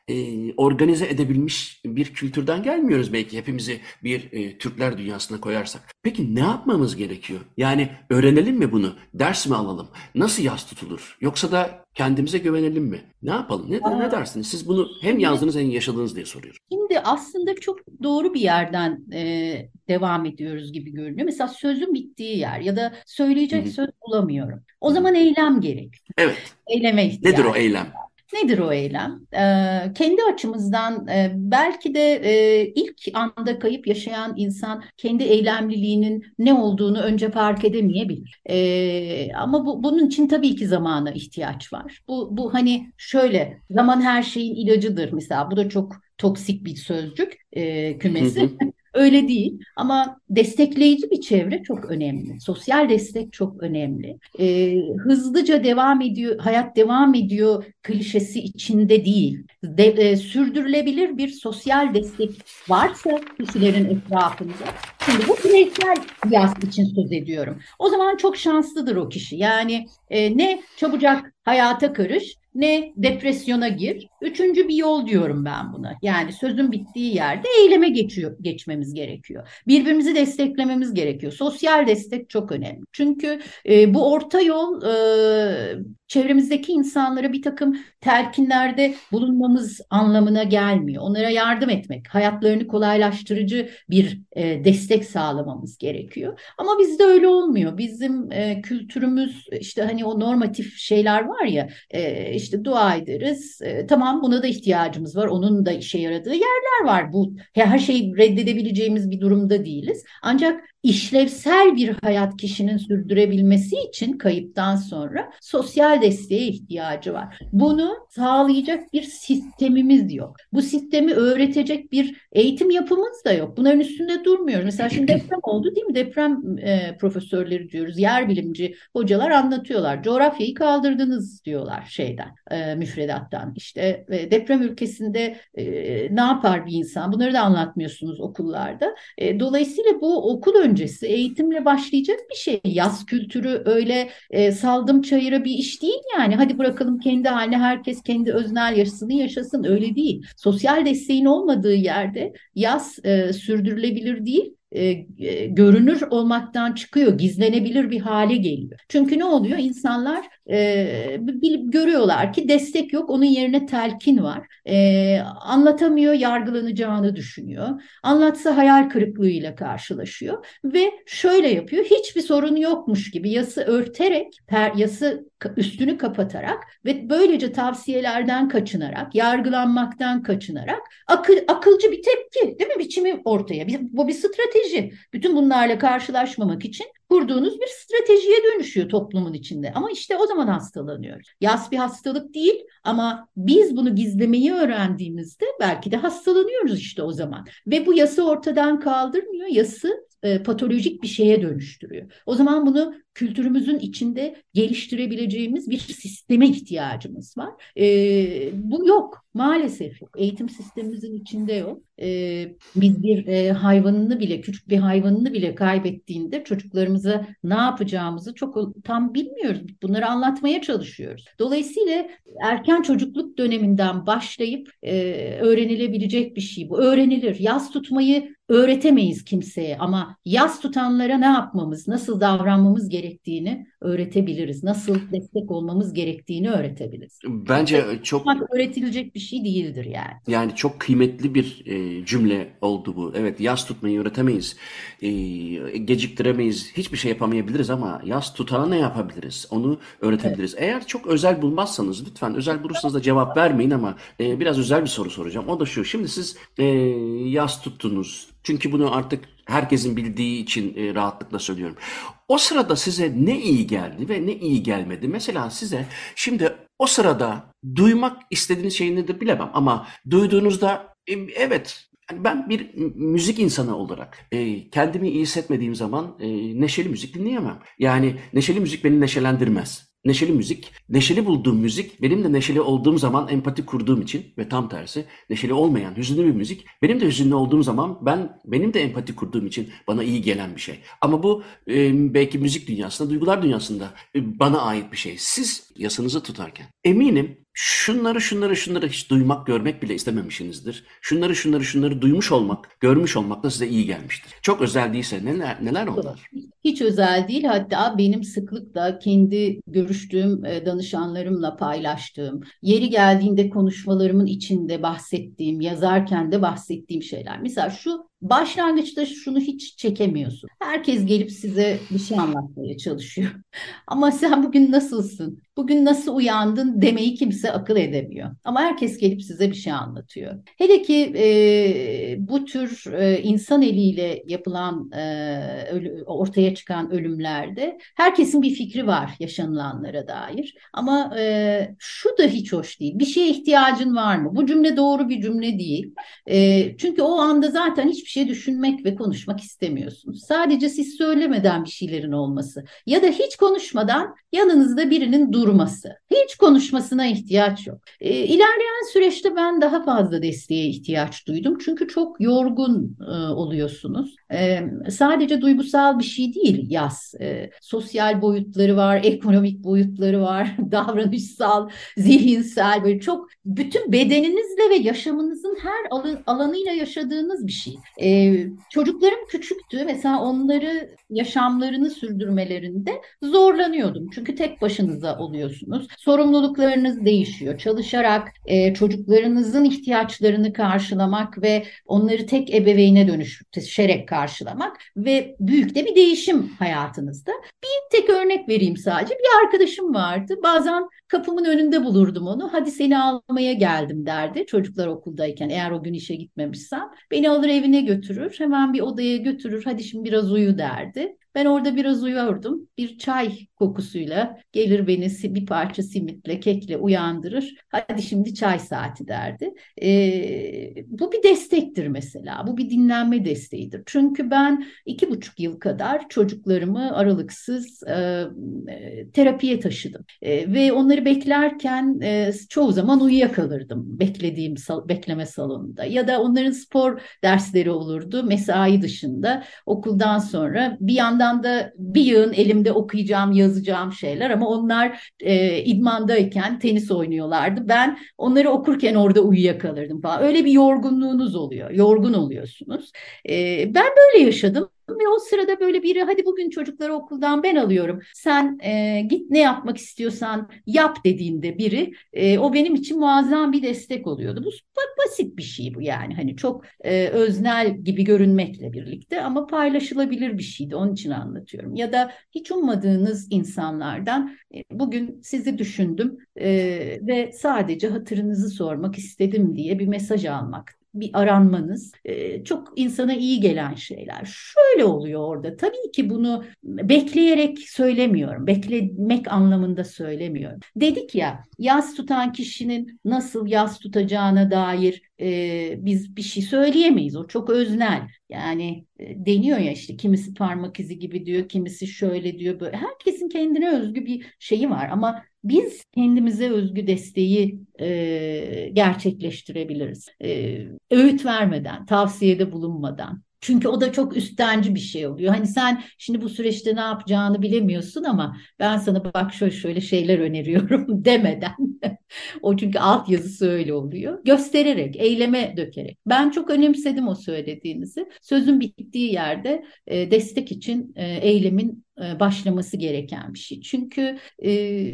C: e, organize edebilmiş bir kültürden gelmiyoruz belki hepimizi bir e, Türkler dünyasına koyarsak. Peki ne yapmamız gerekiyor? Yani öğrenelim mi bunu? Ders mi alalım? Nasıl yas tutulur? Yoksa da kendimize güvenelim mi? Ne yapalım? Ne, ne
D: Aa,
C: dersiniz? Siz bunu hem
D: Şimdi
C: yazdınız hem yaşadınız diye soruyorum.
D: Şimdi aslında çok doğru bir yerden e, devam ediyoruz gibi görünüyor. Mesela sözün bittiği yer ya da
C: Hı
D: söyleyecek
C: hı,
D: söz bulamıyorum.
C: hı
D: O
C: hı.
D: zaman eylem gerek.
C: Evet.
D: Eyleme
C: Nedir o
D: ihtiyacım.
C: eylem?
D: Nedir o eylem? Ee, kendi açımızdan e, belki de e, ilk anda kayıp yaşayan insan kendi eylemliliğinin ne olduğunu önce fark edemeyebilir. Ee, ama bu, bunun için tabii ki zamana ihtiyaç var. Bu, bu hani şöyle zaman her şeyin ilacıdır mesela. Bu da çok toksik bir sözcük e,
C: Hı
D: kümesi.
C: hı.
D: Öyle değil ama destekleyici bir çevre çok önemli. Sosyal destek çok önemli. Ee, hızlıca devam ediyor, hayat devam ediyor klişesi içinde değil. De, e, sürdürülebilir bir sosyal destek varsa kişilerin etrafında. Şimdi bu bireysel yas için söz ediyorum. O zaman çok şanslıdır o kişi. Yani e, ne çabucak hayata karış, ne depresyona gir. Üçüncü bir yol diyorum ben buna. Yani sözün bittiği yerde eyleme geçiyor, geçmemiz gerekiyor. Birbirimizi desteklememiz gerekiyor. Sosyal destek çok önemli. Çünkü e, bu orta yol e, çevremizdeki insanlara bir takım telkinlerde bulunmamız anlamına gelmiyor. Onlara yardım etmek, hayatlarını kolaylaştırıcı bir e, destek sağlamamız gerekiyor. Ama bizde öyle olmuyor. Bizim e, kültürümüz işte hani o normatif şeyler var ya e, işte dua ederiz. E, tamam buna da ihtiyacımız var. Onun da işe yaradığı yerler var. Bu her şeyi reddedebileceğimiz bir durumda değiliz. Ancak işlevsel bir hayat kişinin sürdürebilmesi için kayıptan sonra sosyal desteğe ihtiyacı var. Bunu sağlayacak bir sistemimiz yok. Bu sistemi öğretecek bir eğitim yapımız da yok. Bunların üstünde durmuyoruz. Mesela şimdi deprem oldu değil mi? Deprem e, profesörleri diyoruz, yer bilimci hocalar anlatıyorlar. Coğrafyayı kaldırdınız diyorlar şeyden, e, müfredattan. İşte e, deprem ülkesinde e, ne yapar bir insan? Bunları da anlatmıyorsunuz okullarda. E, dolayısıyla bu okul öncesi eğitimle başlayacak bir şey. Yaz kültürü öyle e, saldım çayıra bir iş değil yani. Hadi bırakalım kendi haline herkes kendi öznel yaşasını yaşasın öyle değil. Sosyal desteğin olmadığı yerde yaz e, sürdürülebilir değil. E, e, görünür olmaktan çıkıyor, gizlenebilir bir hale geliyor. Çünkü ne oluyor? İnsanlar e, bilip görüyorlar ki destek yok, onun yerine telkin var. E, anlatamıyor, yargılanacağını düşünüyor. Anlatsa hayal kırıklığıyla karşılaşıyor ve şöyle yapıyor. Hiçbir sorun yokmuş gibi yası örterek, per, yası üstünü kapatarak ve böylece tavsiyelerden kaçınarak, yargılanmaktan kaçınarak akıl, akılcı bir tepki, değil mi? Biçimi ortaya. Bir, bu bir strateji. Bütün bunlarla karşılaşmamak için kurduğunuz bir stratejiye dönüşüyor toplumun içinde. Ama işte o zaman hastalanıyoruz. Yas bir hastalık değil ama biz bunu gizlemeyi öğrendiğimizde belki de hastalanıyoruz işte o zaman. Ve bu yası ortadan kaldırmıyor. Yası e, patolojik bir şeye dönüştürüyor. O zaman bunu kültürümüzün içinde geliştirebileceğimiz bir sisteme ihtiyacımız var. E, bu yok. Maalesef yok. Eğitim sistemimizin içinde yok. E, biz bir e, hayvanını bile, küçük bir hayvanını bile kaybettiğinde çocuklarımıza ne yapacağımızı çok tam bilmiyoruz. Bunları anlatmaya çalışıyoruz. Dolayısıyla erken çocukluk döneminden başlayıp e, öğrenilebilecek bir şey bu. Öğrenilir. Yas tutmayı öğretemeyiz kimseye ama yas tutanlara ne yapmamız, nasıl davranmamız gerektiğini öğretebiliriz. Nasıl destek olmamız gerektiğini öğretebiliriz. Yoksa
C: Bence çok
D: öğretilecek bir şey değildir yani.
C: Yani çok kıymetli bir e, cümle oldu bu. Evet, yas tutmayı öğretemeyiz, e, geciktiremeyiz, hiçbir şey yapamayabiliriz ama yas tutana ne yapabiliriz? Onu
D: Evet.
C: öğretebiliriz. Eğer çok özel bulmazsanız lütfen özel bulursanız da cevap vermeyin ama e, biraz özel bir soru soracağım. O da şu. Şimdi siz e, yas tuttunuz. Çünkü bunu artık herkesin bildiği için e, rahatlıkla söylüyorum. O sırada size ne iyi geldi ve ne iyi gelmedi? Mesela size şimdi o sırada duymak istediğiniz şey nedir bilemem ama duyduğunuzda e, evet yani ben bir m- müzik insanı olarak e, kendimi iyi hissetmediğim zaman e, neşeli müzik dinleyemem. Yani neşeli müzik beni neşelendirmez. Neşeli müzik, neşeli bulduğum müzik benim de neşeli olduğum zaman empati kurduğum için ve tam tersi neşeli olmayan hüzünlü bir müzik benim de hüzünlü olduğum zaman ben benim de empati kurduğum için bana iyi gelen bir şey. Ama bu e, belki müzik dünyasında, duygular dünyasında e, bana ait bir şey. Siz yasınızı tutarken eminim şunları şunları şunları hiç duymak, görmek bile istememişsinizdir. Şunları şunları şunları duymuş olmak, görmüş olmak da size iyi gelmiştir. Çok özel değilse neler neler
D: Yok,
C: onlar?
D: hiç özel değil. Hatta benim sıklıkla kendi görüştüğüm e, danışanlarımla paylaştığım, yeri geldiğinde konuşmalarımın içinde bahsettiğim, yazarken de bahsettiğim şeyler. Mesela şu başlangıçta şunu hiç çekemiyorsun. Herkes gelip size bir şey anlatmaya çalışıyor. Ama sen bugün nasılsın? Bugün nasıl uyandın demeyi kimse akıl edemiyor. Ama herkes gelip size bir şey anlatıyor. Hele ki e, bu tür e, insan eliyle yapılan e, ölü- ortaya çıkan ölümlerde herkesin bir fikri var yaşanılanlara dair. Ama e, şu da hiç hoş değil. Bir şeye ihtiyacın var mı? Bu cümle doğru bir cümle değil. E, çünkü o anda zaten hiçbir şey düşünmek ve konuşmak istemiyorsunuz. Sadece siz söylemeden bir şeylerin olması ya da hiç konuşmadan yanınızda birinin durması. Hiç konuşmasına ihtiyaç yok. E, ilerleyen süreçte ben daha fazla desteğe ihtiyaç duydum. Çünkü çok yorgun e, oluyorsunuz. E, sadece duygusal bir şey değil yas. E, sosyal boyutları var, ekonomik boyutları var, davranışsal, zihinsel böyle çok bütün bedeninizle ve yaşamınızın her alı- alanıyla yaşadığınız bir şey. E, çocuklarım küçüktü. Mesela onları yaşamlarını sürdürmelerinde zorlanıyordum. Çünkü tek başınıza oluyorsunuz. Sorumluluklarınız değişiyor. Çalışarak e, çocuklarınızın ihtiyaçlarını karşılamak ve onları tek ebeveyne dönüştürerek karşılamak ve büyük de bir değişim hayatınızda. Bir tek örnek vereyim sadece. Bir arkadaşım vardı. Bazen kapımın önünde bulurdum onu. Hadi seni almaya geldim derdi. Çocuklar okuldayken eğer o gün işe gitmemişsem. Beni alır evine götürür. Hemen bir odaya götürür. Hadi şimdi biraz uyu derdi. Ben orada biraz uyurdum. Bir çay kokusuyla gelir beni bir parça simitle, kekle uyandırır. Hadi şimdi çay saati derdi. Ee, bu bir destektir mesela. Bu bir dinlenme desteğidir. Çünkü ben iki buçuk yıl kadar çocuklarımı aralıksız e, e, terapiye taşıdım. E, ve onları beklerken e, çoğu zaman uyuyakalırdım beklediğim sal- bekleme salonunda. Ya da onların spor dersleri olurdu mesai dışında okuldan sonra. Bir yandan da bir yığın elimde okuyacağım, yazacağım şeyler ama onlar e, idmandayken tenis oynuyorlardı. Ben onları okurken orada uyuyakalırdım falan. Öyle bir yorgunluğunuz oluyor. Yorgun oluyorsunuz. E, ben böyle yaşadım. Ve o sırada böyle biri hadi bugün çocukları okuldan ben alıyorum. Sen e, git ne yapmak istiyorsan yap dediğinde biri e, o benim için muazzam bir destek oluyordu. Bu basit bir şey bu yani hani çok e, öznel gibi görünmekle birlikte ama paylaşılabilir bir şeydi. Onun için anlatıyorum. Ya da hiç ummadığınız insanlardan e, bugün sizi düşündüm e, ve sadece hatırınızı sormak istedim diye bir mesaj almak bir aranmanız e, çok insana iyi gelen şeyler. Şöyle oluyor orada. Tabii ki bunu bekleyerek söylemiyorum. Beklemek anlamında söylemiyorum. Dedik ya yas tutan kişinin nasıl yas tutacağına dair e, biz bir şey söyleyemeyiz. O çok öznel. Yani e, deniyor ya işte kimisi parmak izi gibi diyor, kimisi şöyle diyor böyle. Herkesin kendine özgü bir şeyi var ama biz kendimize özgü desteği e, gerçekleştirebiliriz. E, öğüt vermeden, tavsiyede bulunmadan. Çünkü o da çok üstenci bir şey oluyor. Hani sen şimdi bu süreçte ne yapacağını bilemiyorsun ama ben sana bak şöyle şöyle şeyler öneriyorum demeden. O çünkü altyazısı öyle oluyor. Göstererek, eyleme dökerek. Ben çok önemsedim o söylediğinizi. Sözün bittiği yerde e, destek için e, eylemin e, başlaması gereken bir şey. Çünkü e,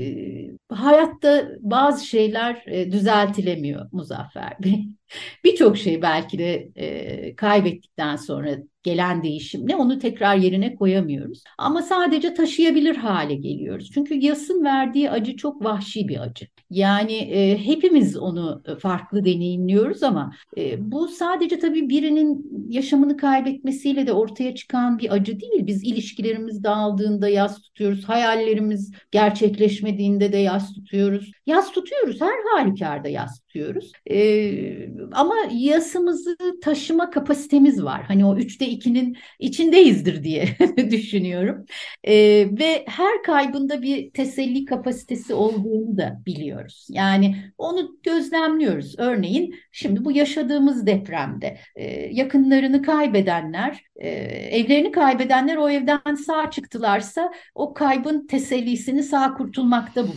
D: hayatta bazı şeyler e, düzeltilemiyor Muzaffer Bey. Birçok şey belki de e, kaybettikten sonra gelen değişimle onu tekrar yerine koyamıyoruz. Ama sadece taşıyabilir hale geliyoruz. Çünkü yasın verdiği acı çok vahşi bir acı. Yani e, hepimiz onu farklı deneyimliyoruz ama e, bu sadece tabii birinin yaşamını kaybetmesiyle de ortaya çıkan bir acı değil. Biz ilişkilerimiz dağıldığında yas tutuyoruz, hayallerimiz gerçekleşmediğinde de yas tutuyoruz. Yas tutuyoruz, her halükarda yas tutuyoruz. E, ama yasımızı taşıma kapasitemiz var. Hani o üçte ikinin içindeyizdir diye düşünüyorum. E, ve her kaybında bir teselli kapasitesi olduğunu da biliyoruz. Yani onu gözlemliyoruz. Örneğin şimdi bu yaşadığımız depremde e, yakınlarını kaybedenler, e, evlerini kaybedenler o evden sağ çıktılarsa o kaybın tesellisini sağ kurtulmakta buluyorlar.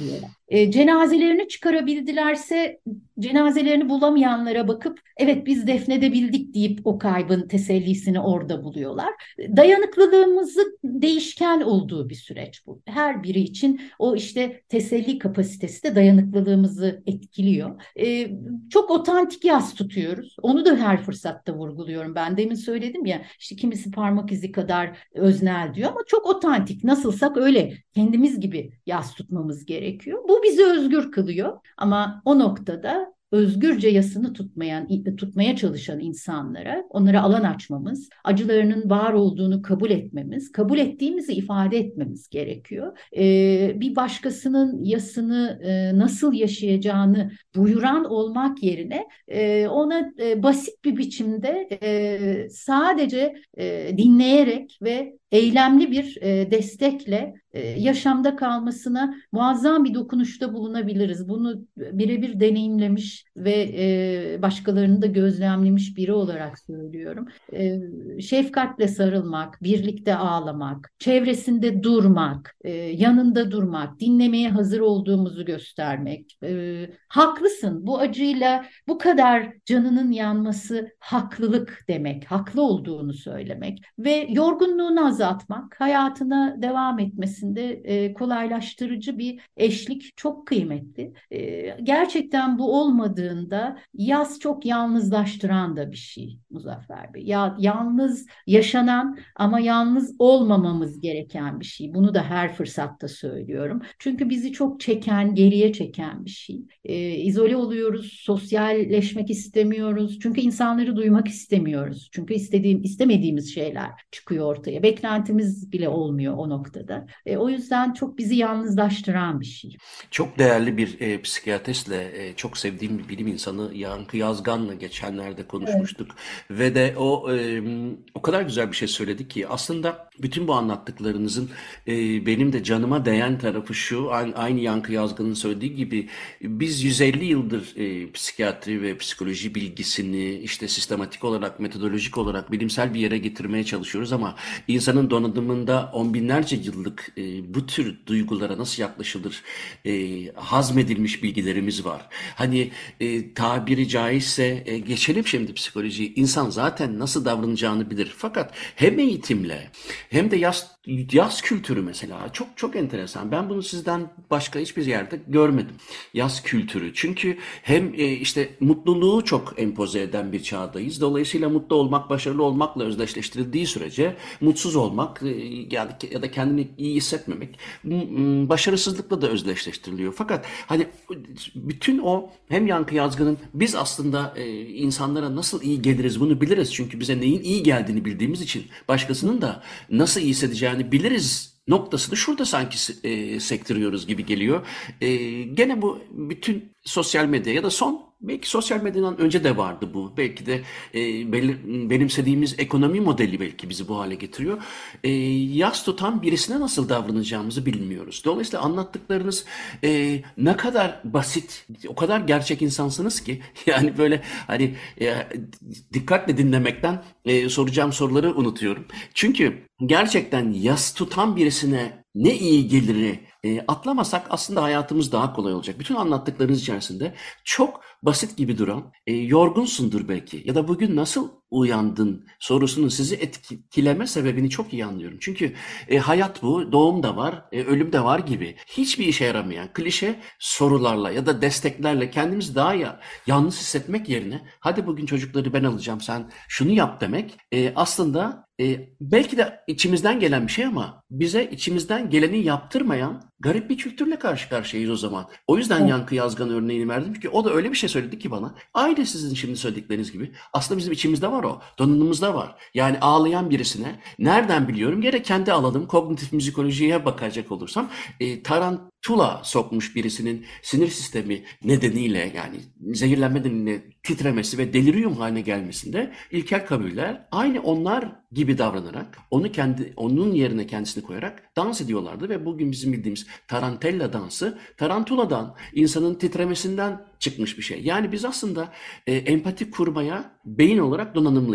D: E, cenazelerini çıkarabildilerse cenazelerini bulamayanlara bakıp evet biz defnedebildik deyip o kaybın tesellisini orada buluyorlar. Dayanıklılığımızı değişken olduğu bir süreç bu. Her biri için o işte teselli kapasitesi de dayanıklılığımızı etkiliyor. E, çok otantik yas tutuyoruz. Onu da her fırsatta vurguluyorum. Ben demin söyledim ya işte kimisi parmak izi kadar öznel diyor ama çok otantik. Nasılsak öyle kendimiz gibi yas tutmamız gerekiyor. Bu bizi özgür kılıyor ama o noktada özgürce yasını tutmayan, tutmaya çalışan insanlara, onlara alan açmamız, acılarının var olduğunu kabul etmemiz, kabul ettiğimizi ifade etmemiz gerekiyor. Ee, bir başkasının yasını e, nasıl yaşayacağını buyuran olmak yerine e, ona e, basit bir biçimde e, sadece e, dinleyerek ve eylemli bir e, destekle e, yaşamda kalmasına muazzam bir dokunuşta bulunabiliriz. Bunu birebir deneyimlemiş ve e, başkalarını da gözlemlemiş biri olarak söylüyorum. E, şefkatle sarılmak, birlikte ağlamak, çevresinde durmak, e, yanında durmak, dinlemeye hazır olduğumuzu göstermek. E, haklısın, bu acıyla bu kadar canının yanması haklılık demek, haklı olduğunu söylemek ve yorgunluğunu azaltmak, hayatına devam etmesinde e, kolaylaştırıcı bir eşlik çok kıymetli. E, gerçekten bu olmadığında yaz çok yalnızlaştıran da bir şey Muzaffer Bey. Ya, yalnız yaşanan ama yalnız olmamamız gereken bir şey. Bunu da her fırsatta söylüyorum. Çünkü bizi çok çeken, geriye çeken bir şey. E, izole oluyoruz, sosyalleşmek istemiyoruz. Çünkü insanları duymak istemiyoruz. Çünkü istediğim, istemediğimiz şeyler çıkıyor ortaya. Beklentimiz bile olmuyor o noktada. E, o yüzden çok bizi yalnızlaştıran bir şey.
C: Çok değerli bir e, psikiyatristle, e, çok sevdiğim bir bilim insanı Yankı Yazgan'la geçenlerde
D: Evet.
C: konuşmuştuk. Ve de o e, o kadar güzel bir şey söyledi ki aslında bütün bu anlattıklarınızın e, benim de canıma değen tarafı şu, aynı, aynı Yankı Yazgan'ın söylediği gibi biz yüz elli yıldır e, psikiyatri ve psikoloji bilgisini işte sistematik olarak, metodolojik olarak bilimsel bir yere getirmeye çalışıyoruz ama insanın donanımında on binlerce yıllık e, bu tür duygulara nasıl yaklaşılır, e, hazmedilmiş bilgilerimiz var. Hani e, tabiri caizse e, geçelim şimdi psikolojiyi. İnsan zaten nasıl davranacağını bilir. Fakat hem eğitimle hem de yaz, yaz kültürü mesela çok çok enteresan. Ben bunu sizden başka hiçbir yerde görmedim. Yaz kültürü. Çünkü hem e, işte mutluluğu çok empoze eden bir çağdayız. Dolayısıyla mutlu olmak, başarılı olmakla özdeşleştirildiği sürece mutsuz olmak e, yani ya da kendini iyi hissetmemek m- başarısızlıkla da özdeşleştiriliyor. Fakat hani bütün o hem Yankı Yazgan'ın biz aslında e, insanlara nasıl iyi geliriz bunu biliriz. Çünkü bize neyin iyi geldiğini bildiğimiz için başkasının da nasıl iyi hissedeceğini biliriz noktasını şurada sanki e, sektiriyoruz gibi geliyor. E, gene bu bütün sosyal medya ya da son belki sosyal medyadan önce de vardı bu. Belki de e, belir- benimsediğimiz ekonomi modeli belki bizi bu hale getiriyor. E, yas tutan birisine nasıl davranacağımızı bilmiyoruz. Dolayısıyla anlattıklarınız e, ne kadar basit, o kadar gerçek insansınız ki yani böyle hani e, dikkatle dinlemekten e, soracağım soruları unutuyorum. Çünkü gerçekten yas tutan birisine ne iyi geliri e, atlamasak aslında hayatımız daha kolay olacak. Bütün anlattıklarınız içerisinde çok basit gibi duran, e, yorgunsundur belki ya da bugün nasıl uyandın sorusunun sizi etkileme sebebini çok iyi anlıyorum. Çünkü e, hayat bu, doğum da var, e, ölüm de var gibi hiçbir işe yaramayan klişe sorularla ya da desteklerle kendimizi daha ya, yalnız hissetmek yerine hadi bugün çocukları ben alacağım sen şunu yap demek e, aslında e, belki de içimizden gelen bir şey ama bize içimizden geleni yaptırmayan garip bir kültürle karşı karşıyayız o zaman. O yüzden Yankı Yazgan örneğini verdim çünkü o da öyle bir şey söyledi ki bana. Aynı sizin şimdi söyledikleriniz gibi. Aslında bizim içimizde var o. Donanımımızda var. Yani ağlayan birisine nereden biliyorum? Gerek kendi alanım kognitif müzikolojiye bakacak olursam e, tarantula sokmuş birisinin sinir sistemi nedeniyle yani zehirlenme nedeniyle titremesi ve delirium haline gelmesinde ilkel kabuller aynı onlar gibi davranarak onu kendi onun yerine kendisini koyarak dans ediyorlardı ve bugün bizim bildiğimiz tarantella dansı tarantuladan insanın titremesinden çıkmış bir şey. Yani biz aslında e, empati kurmaya beyin olarak donanımlıyız.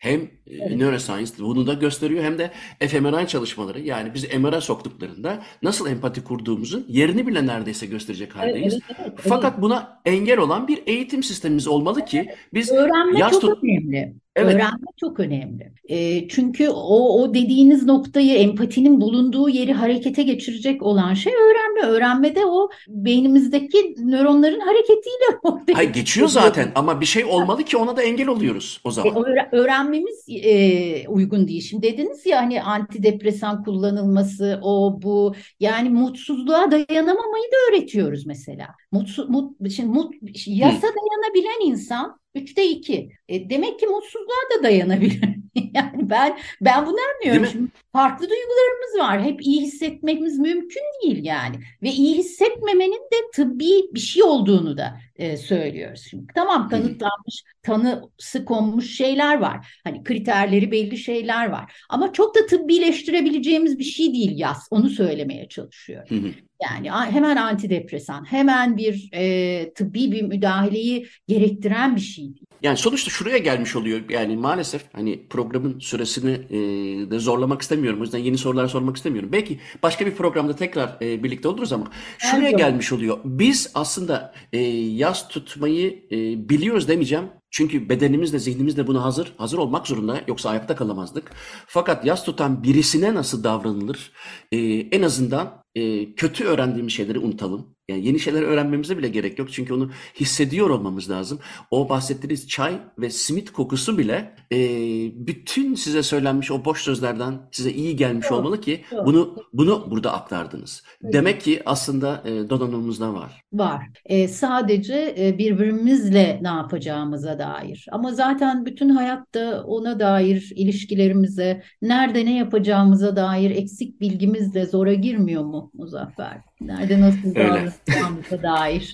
C: Hem e,
D: Evet.
C: neuroscience bunu da gösteriyor hem de fMRI çalışmaları. Yani biz M R A soktuklarında nasıl empati kurduğumuzun yerini bile neredeyse gösterecek
D: Evet,
C: haldeyiz.
D: evet, evet, evet.
C: Fakat buna engel olan bir eğitim sistemimiz olmalı ki biz
D: Öğrenme
C: yaş
D: çok
C: tut...
D: önemli.
C: Evet.
D: Öğrenme çok önemli. E, çünkü o, o dediğiniz noktayı, empatinin bulunduğu yeri harekete geçirecek olan şey öğrenme. Öğrenmede o beynimizdeki nöronların hareketiyle
C: Hayır,
D: ortaya
C: geçiyor
D: çıkıyor.
C: zaten ama bir şey olmalı ki ona da engel oluyoruz o
D: E,
C: zaman.
D: öğre- öğrenmemiz e, uygun değil. Şimdi dediniz ya hani antidepresan kullanılması, o bu, yani mutsuzluğa dayanamamayı da öğretiyoruz mesela. Mutsuz, mut, şimdi mut,
C: Hı.
D: yasa dayanabilen insan üçte iki. E, demek ki mutsuzluğa da dayanabilir. Yani ben ben bunu
C: Değil
D: anlıyorum.
C: mi?
D: Şimdi farklı duygularımız var. Hep iyi hissetmemiz mümkün değil yani. Ve iyi hissetmemenin de tıbbi bir şey olduğunu da e, söylüyoruz. Şimdi tamam,
C: Hı hı.
D: kanıtlanmış, tanısı konmuş şeyler var. Hani kriterleri belli şeyler var. Ama çok da tıbbileştirebileceğimiz bir şey değil yas. Onu söylemeye çalışıyorum.
C: Hı hı.
D: Yani hemen antidepresan, hemen bir e, tıbbi bir müdahaleyi gerektiren bir şey değil.
C: Yani sonuçta şuraya gelmiş oluyor. Yani maalesef hani programın süresini e, de zorlamak istemiyorum. O yüzden yeni sorular sormak istemiyorum. Belki başka bir programda tekrar e, birlikte oluruz ama
D: Her
C: şuraya
D: zaman.
C: gelmiş oluyor. Biz aslında e, yas tutmayı e, biliyoruz demeyeceğim. Çünkü bedenimizle, zihnimizle buna hazır, hazır olmak zorunda. Yoksa ayakta kalamazdık. Fakat yas tutan birisine nasıl davranılır? E, en azından e, kötü öğrendiğimiz şeyleri unutalım. Yani yeni şeyler öğrenmemize bile gerek yok. Çünkü onu hissediyor olmamız lazım. O bahsettiğiniz çay ve simit kokusu bile e, bütün size söylenmiş o boş sözlerden size iyi gelmiş
D: Çok,
C: olmalı ki
D: çok.
C: bunu bunu burada aktardınız. Demek ki aslında e, donanımımızda var.
D: Var. E, sadece e, birbirimizle ne yapacağımıza dair. Ama zaten bütün hayatta ona dair ilişkilerimize, nerede ne yapacağımıza dair eksik bilgimiz de zora girmiyor mu Muzaffer? Nerede nasıl
C: Öyle.
D: davranacağımıza dair.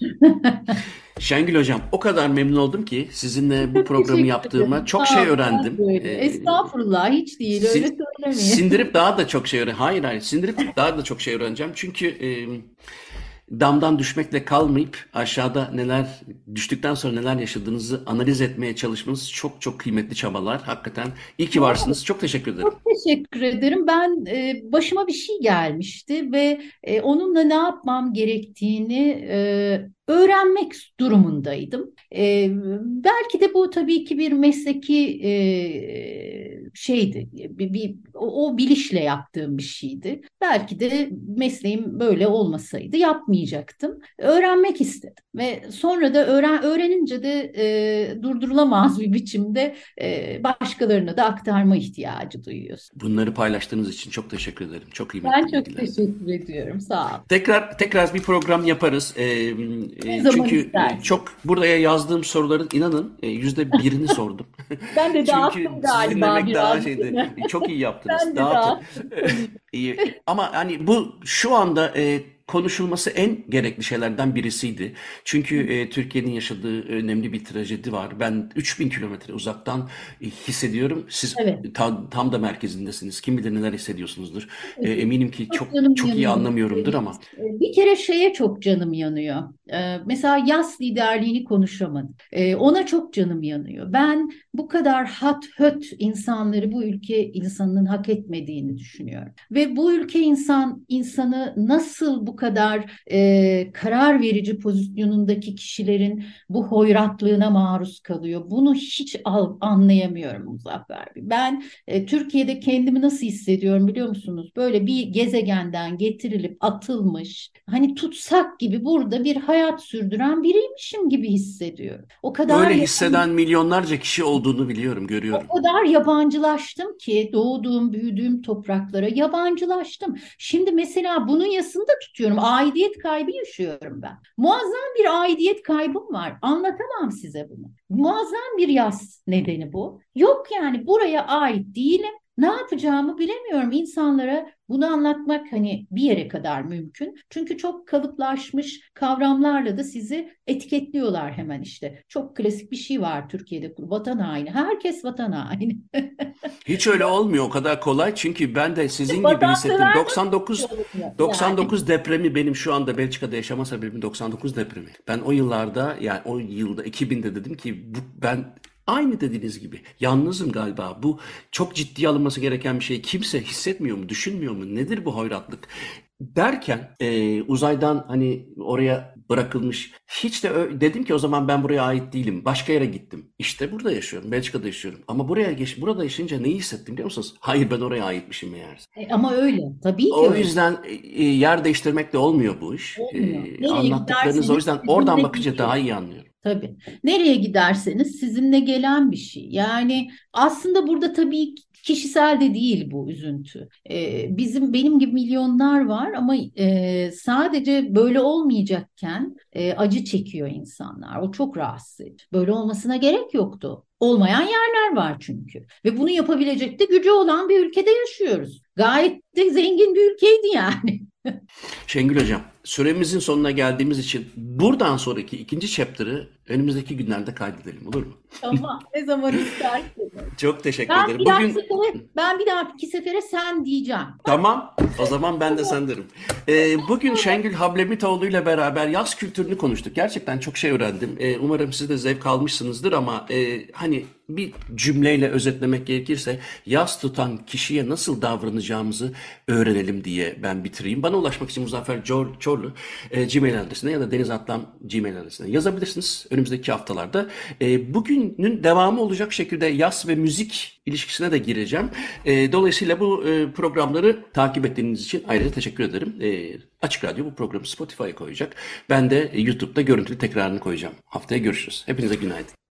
C: Şengül Hocam, o kadar memnun oldum ki sizinle bu
D: Çok
C: programı
D: teşekkür
C: yaptığıma
D: ederim.
C: çok
D: Sağ
C: şey
D: olun. Ben
C: öğrendim.
D: böyle.
C: E,
D: Estağfurullah, hiç değil, öyle
C: sin-
D: söylemeyin.
C: sindirip daha da çok şey öğren. Hayır hayır, sindirip daha da çok şey öğreneceğim. Çünkü e, damdan düşmekle kalmayıp aşağıda neler düştükten sonra neler yaşadığınızı analiz etmeye çalışmanız çok çok kıymetli çabalar. Hakikaten iyi ki varsınız. Çok teşekkür ederim.
D: Çok teşekkür ederim. Ben e, başıma bir şey gelmişti ve e, onunla ne yapmam gerektiğini e, öğrenmek durumundaydım. E, belki de bu tabii ki bir mesleki e, şeydi, bir, bir o, o bilişle yaptığım bir şeydi. Belki de mesleğim böyle olmasaydı yapmayacaktım. Öğrenmek istedim ve sonra da öğren öğrenince de e, durdurulamaz bir biçimde e, başkalarına da aktarma ihtiyacı duyuyorsun.
C: Bunları paylaştığınız için çok teşekkür ederim. Çok
D: Ben
C: kıymetli
D: çok
C: bilgilerdi.
D: teşekkür ediyorum. Sağ ol.
C: Tekrar tekrar bir program yaparız. Ee,
D: Ne
C: e,
D: zaman
C: çünkü e,
D: istersin.
C: çok buraya yazdığım soruların inanın e, yüzde birini sordum.
D: Ben de
C: Çünkü
D: dağıttım
C: sizi
D: galiba
C: dinlemek daha
D: biraz, değil
C: şeydi.
D: mi?
C: E, Çok iyi yaptınız.
D: Ben de
C: Dağıtın.
D: dağıttım konuyu.
C: İyi. Ama hani bu şu anda e, konuşulması en gerekli şeylerden birisiydi. Çünkü e, Türkiye'nin yaşadığı önemli bir trajedi var. Ben üç bin kilometre uzaktan e, hissediyorum. Siz
D: Evet.
C: tam, tam da merkezindesiniz. Kim bilir neler hissediyorsunuzdur. E,
D: Evet.
C: eminim ki
D: Çok
C: çok
D: canım
C: çok iyi
D: yanıyor.
C: anlamıyorumdur ama.
D: Bir kere şeye çok canım yanıyor. Ee, mesela yas liderliğini konuşamadım. Ee, ona çok canım yanıyor. Ben bu kadar hat höt insanları bu ülke insanının hak etmediğini düşünüyorum. Ve bu ülke insan insanı nasıl bu kadar e, karar verici pozisyonundaki kişilerin bu hoyratlığına maruz kalıyor? Bunu hiç al- anlayamıyorum Muzaffer Bey. Ben e, Türkiye'de kendimi nasıl hissediyorum biliyor musunuz? Böyle bir gezegenden getirilip atılmış, hani tutsak gibi burada bir hayat sürdüren biriymişim gibi hissediyorum. O kadar
C: Öyle
D: yabancı,
C: hisseden milyonlarca kişi olduğunu biliyorum,
D: o
C: görüyorum.
D: kadar yabancılaştım ki doğduğum, büyüdüğüm topraklara yabancılaştım. Şimdi mesela bunun yasını da tutuyorum. Aidiyet kaybı yaşıyorum ben. Muazzam bir aidiyet kaybım var. Anlatamam size bunu. Muazzam bir yas nedeni bu. Yok yani, buraya ait değilim. Ne yapacağımı bilemiyorum. İnsanlara bunu anlatmak hani bir yere kadar mümkün. Çünkü çok kalıplaşmış kavramlarla da sizi etiketliyorlar hemen işte. Çok klasik bir şey var Türkiye'de. Vatan haini. Herkes vatan haini.
C: Hiç öyle olmuyor o kadar kolay. Çünkü ben de sizin gibi hissettim.
D: Vatansever nasıl bir şey
C: doksan dokuz
D: olmuyor yani.
C: doksan dokuz depremi benim şu anda Belçika'da yaşama sebebim doksan dokuz depremi. Ben o yıllarda yani o yılda iki binde dedim ki bu, ben Aynı dediğiniz gibi. Yalnızım galiba. Bu çok ciddiye alınması gereken bir şey. Kimse hissetmiyor mu, düşünmüyor mu? Nedir bu hoyratlık? Derken e, uzaydan hani oraya bırakılmış hiç de ö- dedim ki o zaman ben buraya ait değilim. Başka yere gittim. İşte burada yaşıyorum. Belçika'da yaşıyorum. Ama buraya geç burada yaşayınca neyi hissettim biliyor musunuz? Hayır, ben oraya aitmişim meğer.
D: E, ama öyle. Tabii ki
C: O
D: öyle.
C: yüzden e, yer değiştirmekle olmuyor bu iş.
D: Olmuyor.
C: E,
D: Nereye
C: anlattıklarınız o
D: giderseniz
C: yüzden oradan
D: sizinle
C: bakınca
D: geliyor.
C: daha iyi anlıyorum.
D: Tabii. Nereye giderseniz sizinle gelen bir şey. Yani aslında burada tabii kişisel de değil bu üzüntü. Ee, bizim benim gibi milyonlar var ama e, sadece böyle olmayacakken e, acı çekiyor insanlar. O çok rahatsız edici. Böyle olmasına gerek yoktu. Olmayan yerler var çünkü. Ve bunu yapabilecek de gücü olan bir ülkede yaşıyoruz. Gayet de zengin bir ülkeydi yani.
C: Şengül Hocam, süremizin sonuna geldiğimiz için buradan sonraki ikinci chapter'ı önümüzdeki günlerde kaydedelim, olur mu?
D: Ama ne zaman isterseniz.
C: Çok teşekkür
D: Ben
C: ederim.
D: bir dahaki
C: Bugün
D: sefere, ben bir dahaki sefere sen diyeceğim.
C: tamam, o zaman ben de sen derim. Ee, bugün Şengül Hablemitoğlu ile beraber yaz kültürünü konuştuk. Gerçekten çok şey öğrendim. Ee, umarım siz de zevk almışsınızdır ama e, hani bir cümleyle özetlemek gerekirse yaz tutan kişiye nasıl davranacağımızı öğrenelim diye ben bitireyim. Bana ulaşmak için Muzaffer Cor- Çorlu e, Gmail adresine ya da Deniz Atlam Gmail adresine yazabilirsiniz önümüzdeki haftalarda. E, bugünün devamı olacak şekilde yaz ve müzik ilişkisine de gireceğim. E, dolayısıyla bu e, programları takip ettiğiniz için ayrıca teşekkür ederim. E, Açık Radyo bu programı Spotify'a koyacak. Ben de e, YouTube'da görüntülü tekrarını koyacağım. Haftaya görüşürüz. Hepinize günaydın.